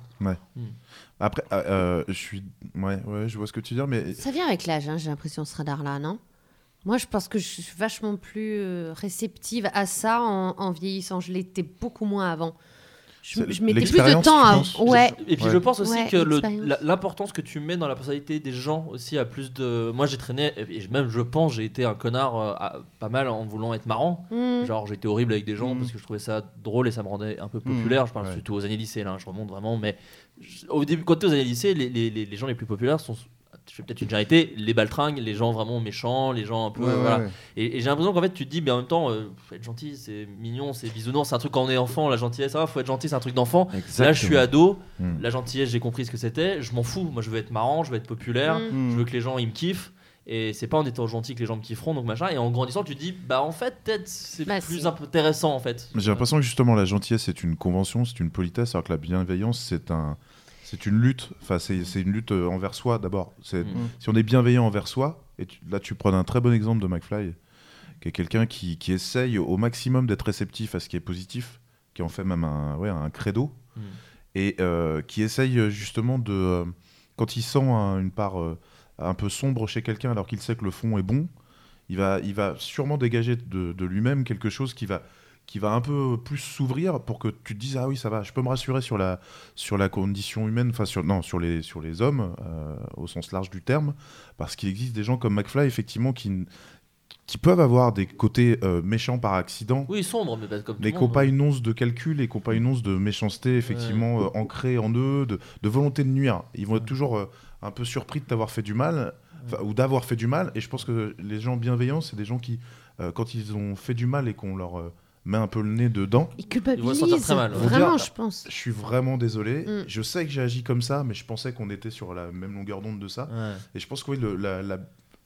Après, euh, euh, je suis, ouais, ouais, je vois ce que tu veux dire, mais Ça vient avec l'âge, hein, j'ai l'impression, ce radar-là, non? Moi, je pense que je suis vachement plus euh, réceptive à ça en, en vieillissant. Je l'étais beaucoup moins avant. Je, C'est je mettais plus de l'expérience, temps tu à... penses Ouais. Et puis Ouais. je pense aussi Ouais, que le- l'expérience. la- l'importance que tu mets dans la personnalité des gens aussi a plus de. Moi j'ai traîné, et même je pense, j'ai été un connard euh, à- pas mal en voulant être marrant. Hmm. Genre j'étais horrible avec des gens Mm. parce que je trouvais ça drôle et ça me rendait un peu Mm. populaire. Je parle Ouais. surtout aux années lycée, là, je remonte vraiment. Mais je- au début, quand tu es aux années lycée, les, les, les, les gens les plus populaires sont. Je fais peut-être une généralité, les baltringues, les gens vraiment méchants, les gens un peu. Ouais, ouais, voilà. ouais. Et, et j'ai l'impression qu'en fait, tu te dis, mais en même temps, euh, faut être gentil, c'est mignon, c'est bisounours, c'est un truc quand on est enfant, la gentillesse, ça va, faut être gentil, c'est un truc d'enfant. Là, je suis ado, Hmm. la gentillesse, j'ai compris ce que c'était, je m'en fous. Moi, je veux être marrant, je veux être populaire, Mm. je veux que les gens ils me kiffent. Et c'est pas en étant gentil que les gens me kifferont, donc machin. Et en grandissant, tu te dis, bah en fait, peut-être c'est Bah, plus si. intéressant en fait. j'ai l'impression que justement la gentillesse c'est une convention, c'est une politesse, alors que la bienveillance c'est un, c'est une lutte. Enfin, c'est, c'est une lutte euh, envers soi d'abord. C'est, Mm. Si on est bienveillant envers soi, et tu- là tu prends un très bon exemple de McFly, qui est quelqu'un qui, qui essaye au maximum d'être réceptif à ce qui est positif, qui en fait même un, ouais, un credo, Mm. et euh, qui essaye euh, justement de, euh, quand il sent un- une part euh, un peu sombre chez quelqu'un alors qu'il sait que le fond est bon, il va, il va sûrement dégager de, de lui-même quelque chose qui va, qui va un peu plus s'ouvrir pour que tu te dises ah oui ça va, je peux me rassurer sur la, sur la condition humaine, enfin sur, non, sur, les, sur les hommes euh, au sens large du terme, parce qu'il existe des gens comme McFly effectivement qui, n- qui peuvent avoir des côtés euh, méchants par accident, Oui, sombre, mais bah, comme tout mais le qui n'ont monde. pas une once de calcul et qui n'ont pas une once de méchanceté effectivement euh, ancrée en eux, de, de volonté de nuire. Ils vont être toujours euh, un peu surpris de t'avoir fait du mal, enfin, ou d'avoir fait du mal. Et je pense que les gens bienveillants, c'est des gens qui, euh, quand ils ont fait du mal et qu'on leur euh, met un peu le nez dedans, Ils Ils vont se sentir culpabilisent. très mal, ouais. Vraiment, Dire- je pense. je suis vraiment désolé. Mm. Je sais que j'ai agi comme ça, mais je pensais qu'on était sur la même longueur d'onde de ça. Ouais. Et je pense que oui, le, la, la-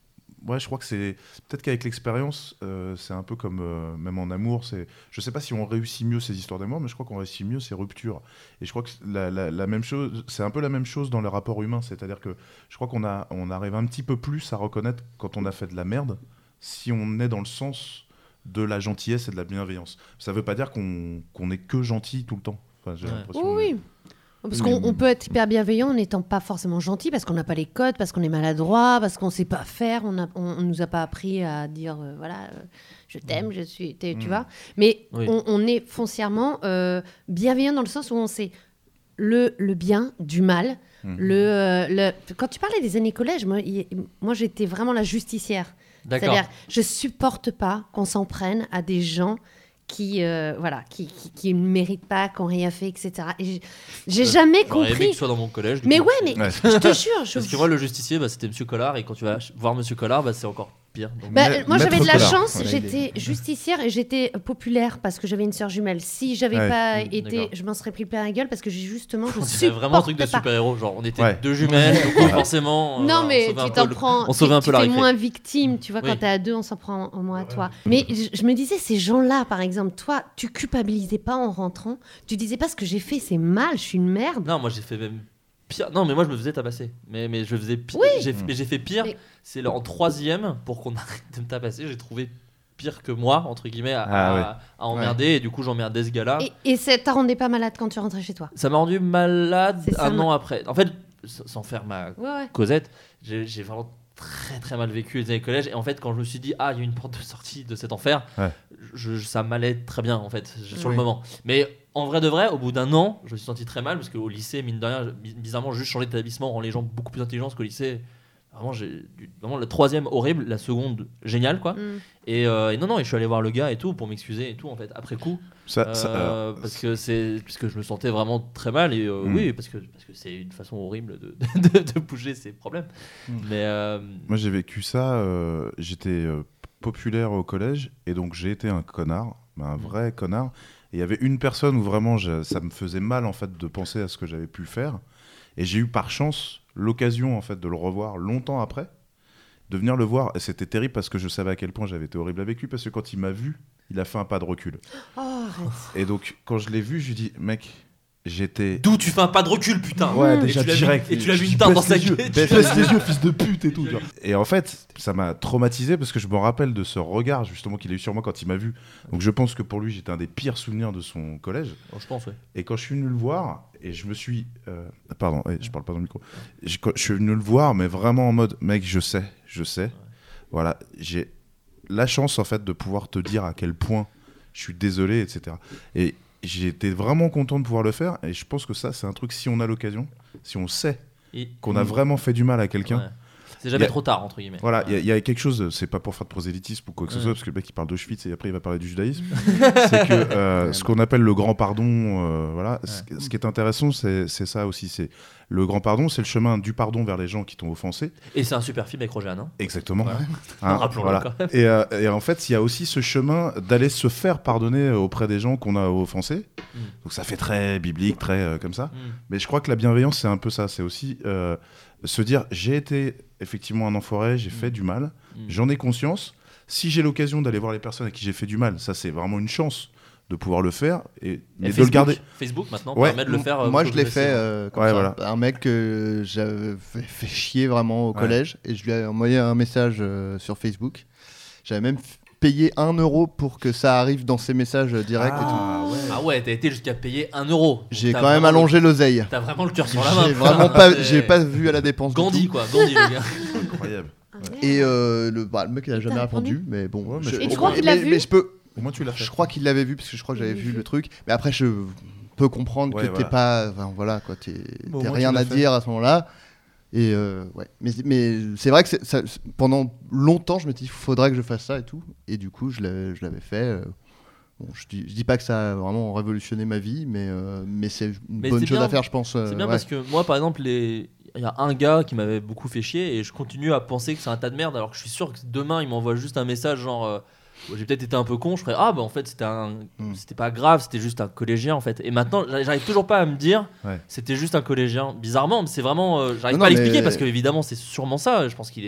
ouais, je crois que c'est peut-être qu'avec l'expérience, euh, c'est un peu comme euh, même en amour. C'est, je sais pas si on réussit mieux ces histoires d'amour, mais je crois qu'on réussit mieux ces ruptures. Et je crois que la, la, la même chose, c'est un peu la même chose dans le rapport humain. C'est-à-dire que je crois qu'on a, on arrive un petit peu plus à reconnaître quand on a fait de la merde, si on est dans le sens de la gentillesse et de la bienveillance. Ça veut pas dire qu'on qu'on est que gentil tout le temps. Enfin, j'ai Ouais. l'impression. Oui, oui. Parce Oui, qu'on mais- on peut être hyper bienveillant en n'étant pas forcément gentil, parce qu'on n'a pas les codes, parce qu'on est maladroit, parce qu'on ne sait pas faire, on ne on, on nous a pas appris à dire, euh, voilà, euh, je t'aime, je suis... t'es- Tu Mm. vois. Mais Oui. on, on est foncièrement euh, bienveillant dans le sens où on sait le, le bien du mal. Mm. Le, euh, le... Quand tu parlais des années collège, moi, y- moi j'étais vraiment la justicière. D'accord. C'est-à-dire, je supporte pas qu'on s'en prenne à des gens qui, euh, voilà, qui, qui, qui ne méritent pas, qui n'ont rien fait, et cetera. Et j'ai- j'ai Euh, jamais J'aurais aimé compris. que tu sois dans mon collège. du Mais coup, ouais, c'est- mais Ouais. je te jure, je... Parce que moi, le justicier, bah, c'était Monsieur Collard, et quand tu vas ch- voir Monsieur Collard, bah, c'est encore pire. Donc, Bah, Ma- moi, j'avais de la Maître chance, Collard. j'étais justicière et j'étais populaire parce que j'avais une sœur jumelle. Si j'avais Ouais. pas Mmh, été, d'accord. je m'en serais pris plein la gueule parce que j'ai justement, je on dirait supporte vraiment un truc de pas. super-héros. Genre, on était Ouais. deux jumelles, donc oui, forcément. euh, Non, voilà, on mais sauvait un tu peu t'en le- prends. On sauvait un peu tu la t'es récré. moins victime, tu vois, quand Oui. t'es à deux, on s'en prend au moins à toi. Mais je, je me disais, ces gens-là, par exemple, toi, tu culpabilisais pas en rentrant. Tu disais pas ce que j'ai fait, c'est mal, je suis une merde. Non, moi j'ai fait même pire. Non, mais moi je me faisais tabasser. Mais, mais je faisais pire. Oui. J'ai, mais j'ai fait pire. Mais- C'est le- en troisième, pour qu'on arrête de me tabasser, j'ai trouvé pire que moi, entre guillemets, à, Ah à- ouais. à emmerder. Et du coup, j'emmerdais ce gars-là. Et, et ça t'a rendait pas malade quand tu rentrais chez toi. Ça m'a rendu malade C'est ça, un ma- an après. En fait, s- sans faire ma Ouais, ouais. Cosette, j'ai, j'ai vraiment très très mal vécu les années collège. Et en fait, quand je me suis dit, ah, il y a une porte de sortie de cet enfer, Ouais. je, ça m'allait très bien, en fait, je- sur le Ouais. moment. Mais en vrai de vrai, au bout d'un an, je me suis senti très mal parce qu'au lycée, mine de rien, bi- bizarrement, juste changer d'établissement rend les gens beaucoup plus intelligents qu'au lycée. Vraiment, j'ai du- vraiment la troisième horrible, la seconde géniale, quoi. Mm. Et, euh, et non, non, et je suis allé voir le gars et tout pour m'excuser et tout, en fait, après coup. Ça, ça, Euh, euh, parce que c'est parce que je me sentais vraiment très mal et euh, Mm. oui parce que parce que c'est une façon horrible de, de, de bouger ses problèmes. Mm. Mais euh, Moi, j'ai vécu ça. euh, J'étais euh, populaire au collège et donc j'ai été un connard, mais un vrai connard. Et il y avait une personne où vraiment je- ça me faisait mal en fait de penser à ce que j'avais pu faire. Et j'ai eu par chance l'occasion en fait de le revoir longtemps après, de venir le voir. Et c'était terrible parce que je savais à quel point j'avais été horrible avec lui parce que quand il m'a vu, il a fait un pas de recul. Oh, arrête. Et donc quand je l'ai vu, je lui dis mec, j'étais d'où tu fais un pas de recul, putain. Ouais, Et déjà tu l'as vu- direct. et tu l'as vu Je une tarte dans baisse sa les yeux, gueule. Baisse baisse les yeux, fils de pute et tout. genre. Et en fait, ça m'a traumatisé parce que je me rappelle de ce regard justement qu'il a eu sur moi quand il m'a vu. Donc je pense que pour lui, j'étais un des pires souvenirs de son collège. Bon, je pense, ouais. Et quand je suis venu le voir, et je me suis... euh, Pardon, ouais, je parle pas dans le micro. Je, quand je suis venu le voir, mais vraiment en mode, mec, je sais, je sais. Voilà, j'ai la chance en fait de pouvoir te dire à quel point je suis désolé, et cetera. Et j'ai été vraiment content de pouvoir le faire. Et je pense que ça, c'est un truc, si on a l'occasion, si on sait Et- qu'on a vraiment fait du mal à quelqu'un, Ouais. C'est jamais Il y a- trop tard, entre guillemets. voilà, il y a- il y, a quelque chose, c'est pas pour faire de prosélytisme ou quoi que ce Ouais. soit, parce que le mec il parle d'Auschwitz et après il va parler du judaïsme. C'est que euh, ce qu'on appelle le grand pardon, euh, voilà, ce, ce qui est intéressant, c'est c'est ça aussi. C'est le grand pardon, c'est le chemin du pardon vers les gens qui t'ont offensé. Et c'est un super film avec Roger Hanin. Exactement. Voilà. Hein, Rappelons-le voilà. quand même. Et, euh, et en fait, il y a aussi ce chemin d'aller se faire pardonner auprès des gens qu'on a offensés. Mm. Donc ça fait très biblique, très euh, comme ça. Mm. Mais je crois que la bienveillance, c'est un peu ça. C'est aussi euh, se dire, j'ai été effectivement un enfoiré, j'ai fait du mal, Mm. j'en ai conscience. Si j'ai l'occasion d'aller voir les personnes à qui j'ai fait du mal, ça c'est vraiment une chance de pouvoir le faire et, Et mais de Facebook, le garder. Facebook maintenant Ouais. permet de le faire. euh, Moi, je l'ai progressivement. fait euh, comme Ouais, ça. voilà. Un mec que j'avais fait, fait chier vraiment au Ouais. collège et je lui ai envoyé un message euh, sur Facebook. J'avais même f- payé un euro pour que ça arrive dans ses messages euh, directs et tout. Ah, ouais. Ah ouais, t'as été jusqu'à payer un euro. Donc J'ai t'as quand même vraiment allongé l'oseille. le- T'as vraiment le cœur sur la main. J'ai putain. vraiment pas, C'est j'ai pas vu à la dépense. du Gandhi tout. quoi, Gandhi le gars. Incroyable. Ah, merde. Et euh, le, bah, le mec il a jamais T'as répondu, répondu mais bon. Ouais, mais je, Et tu crois qu'il l'a mais- vu mais je peux. Au moins tu l'as fait. Je crois qu'il l'avait vu parce que je crois que j'avais Il l'a vu vu. le truc. Mais après, je peux comprendre Ouais, que t'es voilà. pas. Enfin, voilà, quoi. T'es Bon, au t'as moins, rien tu l'as à fait. dire à ce moment-là. Et euh, ouais. Mais, mais c'est vrai que c'est- ça, pendant longtemps, je me suis dit, il faudrait que je fasse ça et tout. Et du coup, je l'avais, je l'avais fait. euh, Bon, je, dis, je dis pas que ça a vraiment révolutionné ma vie, mais, euh, mais c'est une Mais bonne c'est chose bien. à faire, je pense. euh, C'est bien ouais. parce que moi, par exemple, les... il y a un gars qui m'avait beaucoup fait chier et je continue à penser que c'est un tas de merde alors que je suis sûr que demain il m'envoie juste un message genre euh, j'ai peut-être été un peu con, je ferais ah bah en fait c'était un Mm. c'était pas grave, c'était juste un collégien en fait. Et maintenant j'arrive toujours pas à me dire Ouais. c'était juste un collégien. Bizarrement, mais c'est vraiment euh, j'arrive Non, pas à non, l'expliquer mais- parce que évidemment c'est sûrement ça. Je pense qu'il est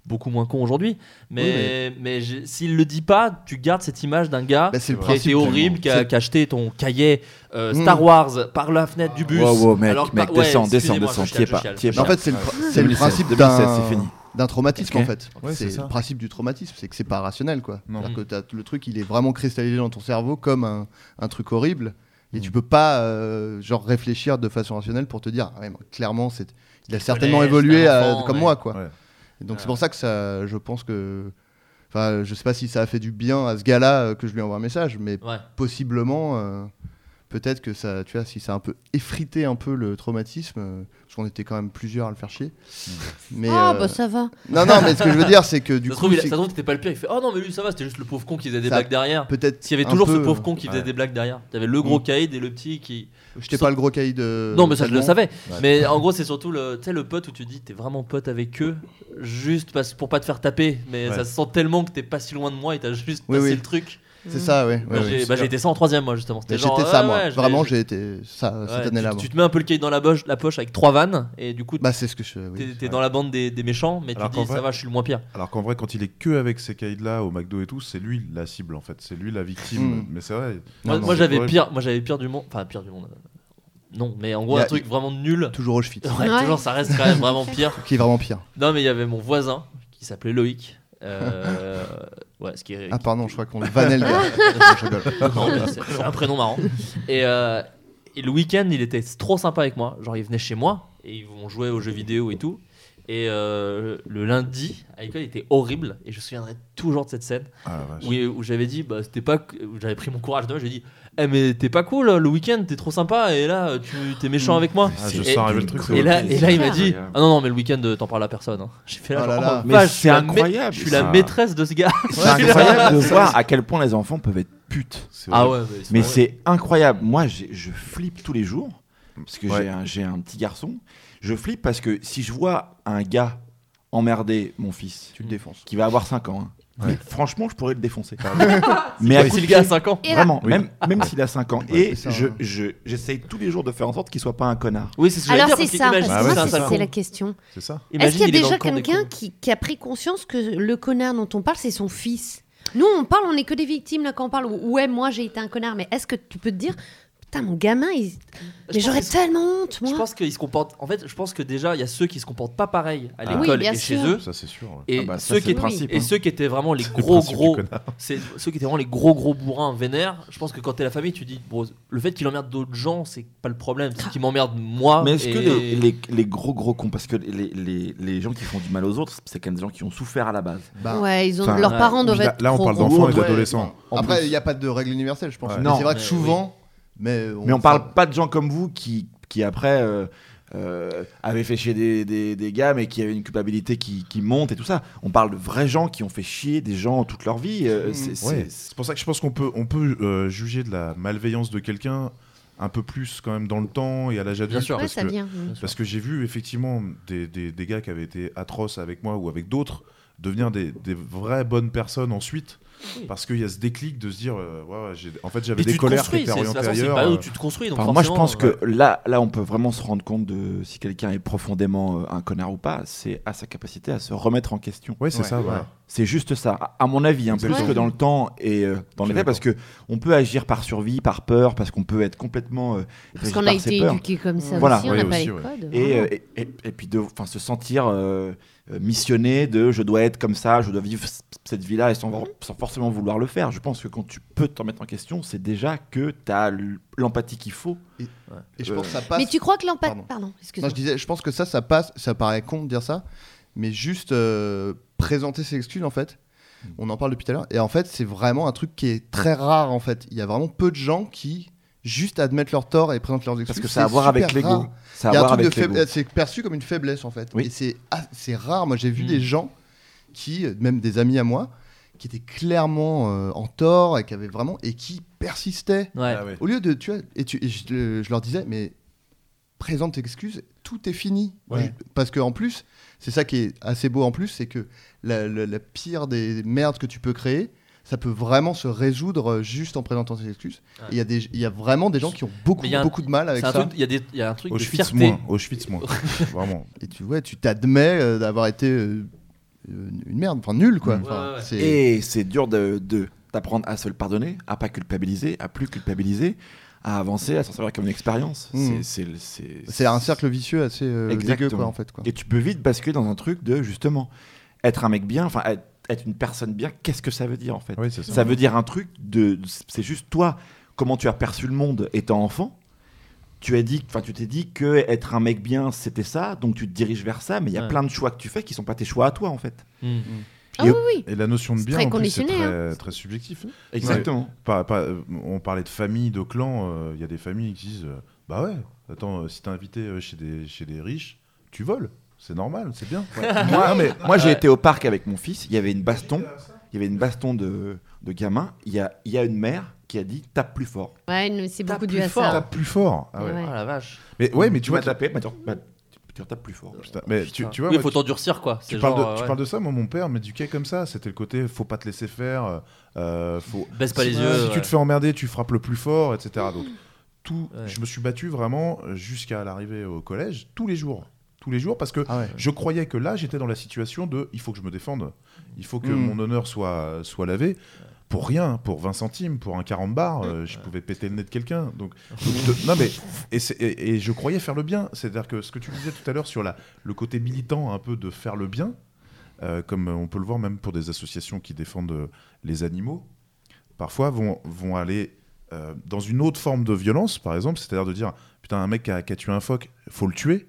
beaucoup moins con aujourd'hui. Mais, oui, mais... mais j'ai... s'il le dit pas, tu gardes cette image d'un gars bah, c'est qui a été horrible, qui a, qui a acheté ton cahier euh, Star mmh. Wars par la fenêtre du bus. Wow, wow, mec, alors, mec, par... ouais, descends, descends, descends, t'y es pas. En fait, c'est le, c'est le principe deux mille seize, d'un... c'est fini. d'un traumatisme okay. en fait. Ouais, c'est, c'est le principe du traumatisme, c'est que c'est pas rationnel quoi. Non. C'est-à-dire que t'as, le truc il est vraiment cristallisé dans ton cerveau comme un, un truc horrible et mm. tu peux pas euh, genre réfléchir de façon rationnelle pour te dire ah ouais, clairement c'est, il a tu certainement connais, évolué enfant, à, comme ouais. moi quoi. Ouais. Et donc ouais. c'est pour ça que ça, je pense que, enfin je sais pas si ça a fait du bien à ce gars-là euh, que je lui envoie un message, mais ouais. possiblement. Euh, Peut-être que ça, tu vois, si ça a un peu effrité un peu le traumatisme, euh, parce qu'on était quand même plusieurs à le faire chier. Mais, ah euh... bah ça va. Non non, mais ce que je veux dire, c'est que du ça coup, trouve, c'est... ça trouve, t'étais pas le pire. Il fait oh non mais lui ça va, c'était juste le pauvre con qui faisait des ça blagues derrière. Peut-être. S'il y avait toujours peu, ce pauvre con qui faisait ouais. des blagues derrière. T'avais le gros mmh. caïd et le petit qui. J'étais pas le gros caïd. De... Non mais ça je le savais. Ouais. Mais en gros c'est surtout le, tu sais le pote où tu dis t'es vraiment pote avec eux, juste parce, pour pas te faire taper. Mais ouais. ça se sent tellement que t'es pas si loin de moi et t'as juste oui, passé oui. le truc. C'est ça, ouais. ouais, bah, j'ai, ouais bah, j'ai été ça en troisième, moi, justement. C'était genre, j'étais ça, ouais, moi. Ouais, Vraiment, j'ai été ça ouais, cette année-là. Tu, moi. tu te mets un peu le cahier dans la, boche, la poche avec trois vannes, et du coup, bah, c'est ce que je, oui, t'es, t'es ouais. dans la bande des, des méchants, mais alors tu dis, vrai, ça va, je suis le moins pire. Alors qu'en vrai, quand il est que avec ces caïds-là au McDo et tout, c'est lui la cible, en fait. C'est lui la victime. Mm. Mais c'est vrai. Moi, non, moi, c'est j'avais vrai. pire, moi, j'avais pire du monde. Enfin, pire du monde. Non, mais en gros, a, un truc vraiment nul. Toujours Auschwitz. Ouais, ouais. Toujours, ça reste quand même vraiment pire. Qui est vraiment pire. Non, mais il y avait mon voisin qui s'appelait Loïc. Euh, ouais, ce qui est, ah pardon, je crois qu'on le vannait le gars. Je rigole. Non, mais c'est, c'est un prénom marrant. Et, euh, et le week-end, il était trop sympa avec moi. Genre, il venait chez moi et ils vont jouer aux jeux vidéo et tout. Et euh, le lundi, à l'école, il était horrible. Et je me souviendrai toujours de cette scène ah, où, où j'avais dit, bah, c'était pas, où j'avais pris mon courage de moi. J'ai dit, eh, mais t'es pas cool le week-end, t'es trop sympa. Et là, tu t'es méchant avec moi. Ah, je et, sens le truc. Et là, et là, il m'a dit, ah non, non, mais le week-end, t'en parles à personne. Hein. J'ai fait là, oh là genre, là. oh, mais vache, c'est incroyable. Je suis la maîtresse de ce gars. C'est incroyable de voir à quel point les enfants peuvent être putes. Ah ouais, mais c'est, mais c'est incroyable. Moi, j'ai, je flippe tous les jours parce que ouais. j'ai, un, j'ai un petit garçon. Je flippe parce que si je vois un gars emmerder mon fils, tu le défonces, qui va avoir cinq ans. Hein. Ouais. Franchement, je pourrais le défoncer. mais à si le gars a cinq ans, vraiment, oui. même, même ouais. s'il a cinq ans. Ouais, et ça, je, je, j'essaye tous les jours de faire en sorte qu'il soit pas un connard. Oui, c'est ce que Alors dire, c'est parce ça, parce ah ouais, c'est, c'est, c'est la question. C'est ça. Est-ce qu'il y a déjà quelqu'un qui, qui a pris conscience que le connard dont on parle, c'est son fils ? Nous, on parle, on n'est que des victimes là quand on parle. Ouais, moi j'ai été un connard, mais est-ce que tu peux te dire... Putain, mon gamin, il... mais j'aurais tellement honte, moi. Je pense qu'ils se comportent. En fait, je pense que déjà, il y a ceux qui se comportent pas pareil à l'école oui, et sûr. chez eux. Ça, c'est sûr. Ouais. Et, ah bah, ceux ça, qui... principe, et hein. ceux qui étaient vraiment les gros, gros. C'est ceux qui étaient vraiment les gros, gros bourrins vénères. Je pense que quand t'es la famille, tu dis, bon, le fait qu'il emmerde d'autres gens, c'est pas le problème. C'est qu'il m'emmerde moi. Mais est-ce et... que les, les, les gros, gros cons, parce que les, les, les gens qui font du mal aux autres, c'est quand même des gens qui ont souffert à la base. Bah, ouais, ils ont enfin, leurs ouais. parents doivent être. Là, on parle d'enfants et d'adolescents. Après, il n'y a pas de règle universelle, je pense. Ouais. Mais non, c'est vrai que souvent. Oui. Mais on, mais on parle ça... pas de gens comme vous qui, qui après euh, euh, avaient fait chier des, des, des gars mais qui avaient une culpabilité qui, qui monte et tout ça. On parle de vrais gens qui ont fait chier des gens toute leur vie. Euh, mmh. c'est, ouais. c'est... c'est pour ça que je pense qu'on peut, on peut euh, juger de la malveillance de quelqu'un un peu plus quand même dans le temps et à l'âge adulte. Bien sûr, parce, ouais, que, bien, parce que j'ai vu effectivement des, des, des gars qui avaient été atroces avec moi ou avec d'autres devenir des, des vraies bonnes personnes ensuite. Oui. Parce qu'il y a ce déclic de se dire euh, ouais, ouais, j'ai... en fait j'avais des colères qui étaient orientées ailleurs. C'est pas où tu te construis. Donc enfin, moi je pense ouais. que là, là on peut vraiment se rendre compte de si quelqu'un est profondément euh, un connard ou pas, c'est à sa capacité à se remettre en question. Oui c'est ouais, ça. Ouais. Ouais. C'est juste ça, à mon avis, un peu plus que dans le temps et euh, dans les faits, parce que on peut agir par survie, par peur, parce qu'on peut être complètement euh, parce qu'on a été éduqué comme ça voilà. aussi, on n'a pas les codes. Et, euh, et, et, et puis de, enfin se sentir euh, missionné de je dois être comme ça, je dois vivre cette vie-là et sans, mmh. sans forcément vouloir le faire. Je pense que quand tu peux t'en mettre en question, c'est déjà que tu as l'empathie qu'il faut. Et, ouais. et je pense que ça passe. Mais tu crois que l'empathie. Pardon, Pardon excuse-moi. Non, je disais, je pense que ça, ça passe. Ça paraît con de dire ça, mais juste euh, présenter ses excuses en fait. Mmh. On en parle depuis tout à l'heure. Et en fait, c'est vraiment un truc qui est très rare en fait. Il y a vraiment peu de gens qui juste admettent leur tort et présentent leurs excuses. Parce que ça a à voir avec l'ego. Ça a à voir avec l'ego. C'est perçu comme une faiblesse en fait. Oui. Et c'est, ah, c'est rare. Moi, j'ai vu mmh. des gens qui, même des amis à moi, qui étaient clairement euh, en tort et qui avaient vraiment et qui persistaient. Ouais. Ah ouais. Au lieu de, tu vois, et, tu, et je, je leur disais, mais présente tes excuses, tout est fini. Ouais. Je, parce que en plus, c'est ça qui est assez beau en plus, c'est que la, la, la pire des merdes que tu peux créer, ça peut vraiment se résoudre juste en présentant ses excuses. Il ouais. y, y a vraiment des gens qui ont beaucoup, un, beaucoup de mal avec ça. Il y, y a un truc Auschwitz de fierté. Moins, Auschwitz moins, vraiment. Et tu, ouais, tu t'admets euh, d'avoir été... Euh, une, une merde, enfin nul quoi. Mmh. Enfin, Ouais, ouais. c'est- Et c'est dur de, de- d'apprendre à se le pardonner, à pas culpabiliser, à plus culpabiliser, à avancer, à s'en servir comme une expérience. Mmh. C'est, c'est, c'est, c'est un cercle vicieux assez euh, Exactement. dégueu quoi en fait quoi. Et tu peux vite basculer dans un truc de justement être un mec bien, enfin être, être une personne bien. Qu'est-ce que ça veut dire en fait? Oui, c'est ça. Ça veut dire un truc de, c'est juste toi, comment tu as perçu le monde étant enfant. Tu as dit, enfin tu t'es dit que être un mec bien c'était ça, donc tu te diriges vers ça, mais il y a Ouais. plein de choix que tu fais qui sont pas tes choix à toi en fait. Mm. Ah Et- oui, oui. Et la notion de C'est bien, très en plus, c'est conditionné, très, très subjectif. Exactement. Pas- pas- euh, on parlait de famille, de clan. Il y a des familles qui disent euh, bah ouais, attends, euh, si t'es invité euh, chez des, chez des riches, tu voles. C'est normal, c'est bien. moi, mais, moi j'ai été au parc avec mon fils, il y avait une baston, il y avait une baston de, de gamins, il y a, il y a une mère qui a dit tape plus fort. Ouais, nous, c'est Tape beaucoup plus dû à fort. ça. Tape plus fort. Ah ouais. Ouais. Oh la vache. Mais ouais, mais tu Tu vois, m'as tapé, bah, tu, bah, tu retapes plus fort. putain, mais tu, tu vois, oui, moi, faut tu- t'endurcir quoi. Tu C'est parles, genre, de, euh, tu ouais. parles de ça, moi mon père m'éduquait comme ça, c'était le côté faut pas te laisser faire, euh, faut... Baisse pas si, les si yeux. tu ouais. te fais emmerder, tu frappes le plus fort, et cetera. Donc tout, Ouais. je me suis battu vraiment jusqu'à l'arrivée au collège, tous les jours. Tous les jours, parce que Ah ouais. je croyais que là j'étais dans la situation de il faut que je me défende, il faut que Mm. mon honneur soit, soit lavé. Pour rien, pour vingt centimes, pour un quarante bars, euh, je pouvais péter le nez de quelqu'un. Donc, donc, de- non mais et, c'est- et- et je croyais faire le bien. C'est-à-dire que ce que tu disais tout à l'heure sur la, le côté militant un peu de faire le bien, euh, comme on peut le voir même pour des associations qui défendent euh, les animaux, parfois vont, vont aller euh, dans une autre forme de violence, par exemple, c'est-à-dire de dire putain un mec qui a, qui a tué un phoque, faut le tuer.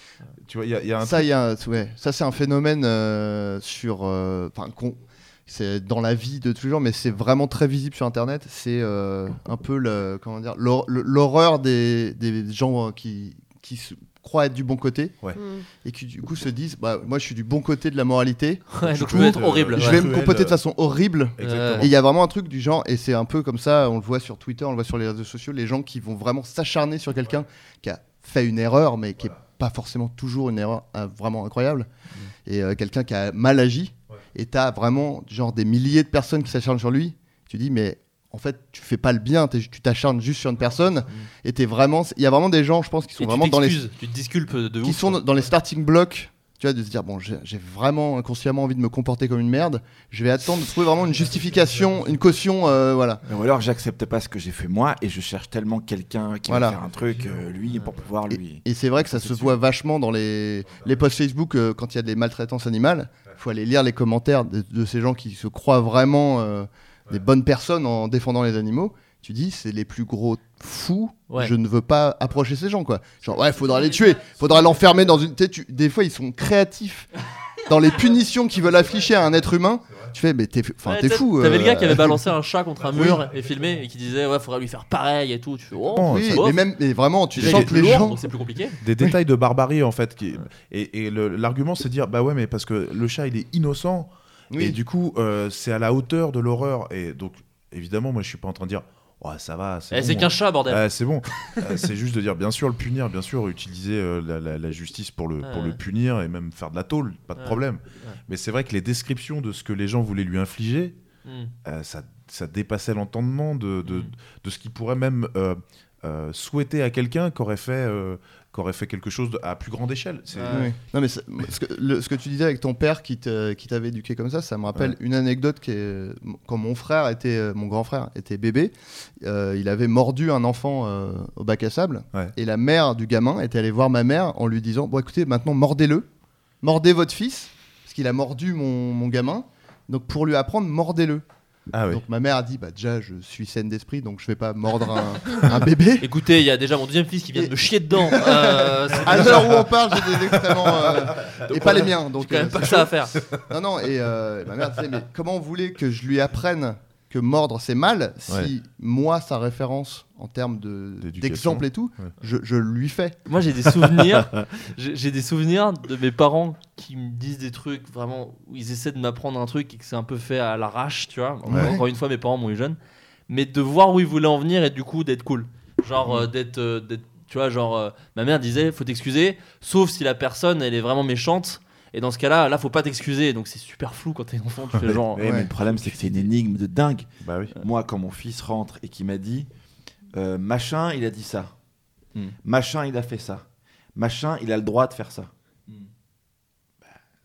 Tu vois, il y a, il y a un Ça, il y a un- ouais, ça c'est un phénomène euh, sur, euh, enfin, qu'on- c'est dans la vie de tous les jours, mais c'est vraiment très visible sur Internet. C'est euh, un peu le, comment dire, l'hor- le- l'horreur des, des gens euh, qui, qui se croient être du bon côté Mm. et qui du coup se disent, bah, moi je suis du bon côté de la moralité, Ouais, Du donc coup, je peux être euh, horrible. je ouais. vais me Cruel, comporter de euh, façon horrible. Exactement. Et il y a vraiment un truc du genre, et c'est un peu comme ça, on le voit sur Twitter, on le voit sur les réseaux sociaux, les gens qui vont vraiment s'acharner sur quelqu'un qui a fait une erreur, mais qui est pas forcément toujours une erreur euh, vraiment incroyable, et euh, quelqu'un qui a mal agi, Ouais. et t'as vraiment genre des milliers de personnes qui s'acharnent sur lui, tu dis mais en fait tu fais pas le bien, t'es- tu t'acharnes juste sur une personne, et t'es vraiment, il y a vraiment des gens, je pense, qui sont Et tu vraiment dans les, t'excuses, tu te disculpes de qui ouf. sont quoi. dans les starting blocks. Tu vois, de se dire, bon, j'ai j'ai vraiment inconsciemment envie de me comporter comme une merde. Je vais attendre de trouver vraiment une justification, une caution, euh, voilà. Ou alors j'accepte pas ce que j'ai fait moi et je cherche tellement quelqu'un qui Voilà. va faire un truc, euh, lui, pour pouvoir lui. Et c'est vrai que ça se voit vachement dans les, les posts Facebook euh, quand il y a des maltraitances animales. Il faut aller lire les commentaires de, de ces gens qui se croient vraiment euh, des bonnes personnes en défendant les animaux. Tu dis, c'est les plus gros fous. Ouais. Je ne veux pas approcher ces gens, quoi. Genre, ouais, faudra les tuer. Faudra l'enfermer dans une. Tu sais, tu- Des fois, ils sont créatifs dans les punitions qu'ils veulent afficher à un être humain. Tu fais, mais t'es enfin, Ouais, t'es t'as- fou. T'avais euh, le gars qui avait balancé un chat contre un Oui. mur et filmé et qui disait ouais faudrait lui faire pareil et tout. Tu fais oh, Oh, Oui, c'est beau. mais même, mais vraiment, tu Déjà, il sens est que plus les lourd, gens. donc c'est plus compliqué. Des détails de barbarie en fait. Qui... Et, et le- l'argument c'est de dire bah ouais mais parce que le chat il est innocent Oui. et du coup euh, c'est à la hauteur de l'horreur et donc évidemment moi je suis pas en train de dire ouais ça va c'est Eh, bon, C'est qu'un chat bordel. Ah, c'est bon. Euh, c'est juste de dire bien sûr le punir, bien sûr utiliser euh, la, la- la justice pour le, pour Ouais. le punir et même faire de la tôle, pas de Ouais. problème. Ouais. Mais c'est vrai que les descriptions de ce que les gens voulaient lui infliger, Mm. euh, ça, ça dépassait l'entendement de, de, Mm. de ce qu'il pourrait même euh, euh, souhaiter à quelqu'un qui aurait fait, euh, qui aurait fait quelque chose de- à plus grande échelle. C'est- Ouais. Oui. Non mais c'est- ce que, le- ce que tu disais avec ton père qui te- qui t'avait éduqué comme ça, ça me rappelle Ouais. une anecdote qui est quand mon frère était, euh, mon grand frère était bébé, euh, il avait mordu un enfant euh, au bac à sable Ouais. et la mère du gamin était allée voir ma mère en lui disant bon écoutez maintenant mordez-le, mordez votre fils parce qu'il a mordu mon, mon gamin, donc pour lui apprendre mordez-le. Ah oui. Donc ma mère a dit bah déjà je suis saine d'esprit donc je vais pas mordre un, un bébé. Écoutez, il y a déjà mon deuxième fils qui vient de me chier dedans. Euh, c'est À déjà- l'heure où on parle, j'ai des excréments euh, et pas les miens. Donc J'ai quand euh, même pas c'est que ça à faire. Non, non, et euh, ma mère disait, mais comment vous voulez que je lui apprenne que mordre c'est mal si Ouais. moi, sa référence en termes de- D'éducation. d'exemple et tout, Ouais. je, je lui fais. Moi j'ai des souvenirs, j'ai j'ai des souvenirs de mes parents qui me disent des trucs vraiment où ils essaient de m'apprendre un truc et que c'est un peu fait à l'arrache, tu vois. Ouais. Encore une fois, mes parents m'ont eu jeune, mais de voir où ils voulaient en venir et du coup d'être cool, genre euh, d'être, euh, d'être- tu vois, genre euh, ma mère disait faut t'excuser, sauf si la personne elle est vraiment méchante. Et dans ce cas-là, là, faut pas t'excuser. Donc c'est super flou quand t'es enfant. Tu fais genre. Ouais, Ouais. mais le problème, c'est que c'est une énigme de dingue. Bah oui. Moi, quand mon fils rentre et qu'il m'a dit euh, machin, il a dit ça. Hmm. Machin, il a fait ça. Machin, il a le droit de faire ça. Hmm. Ouais.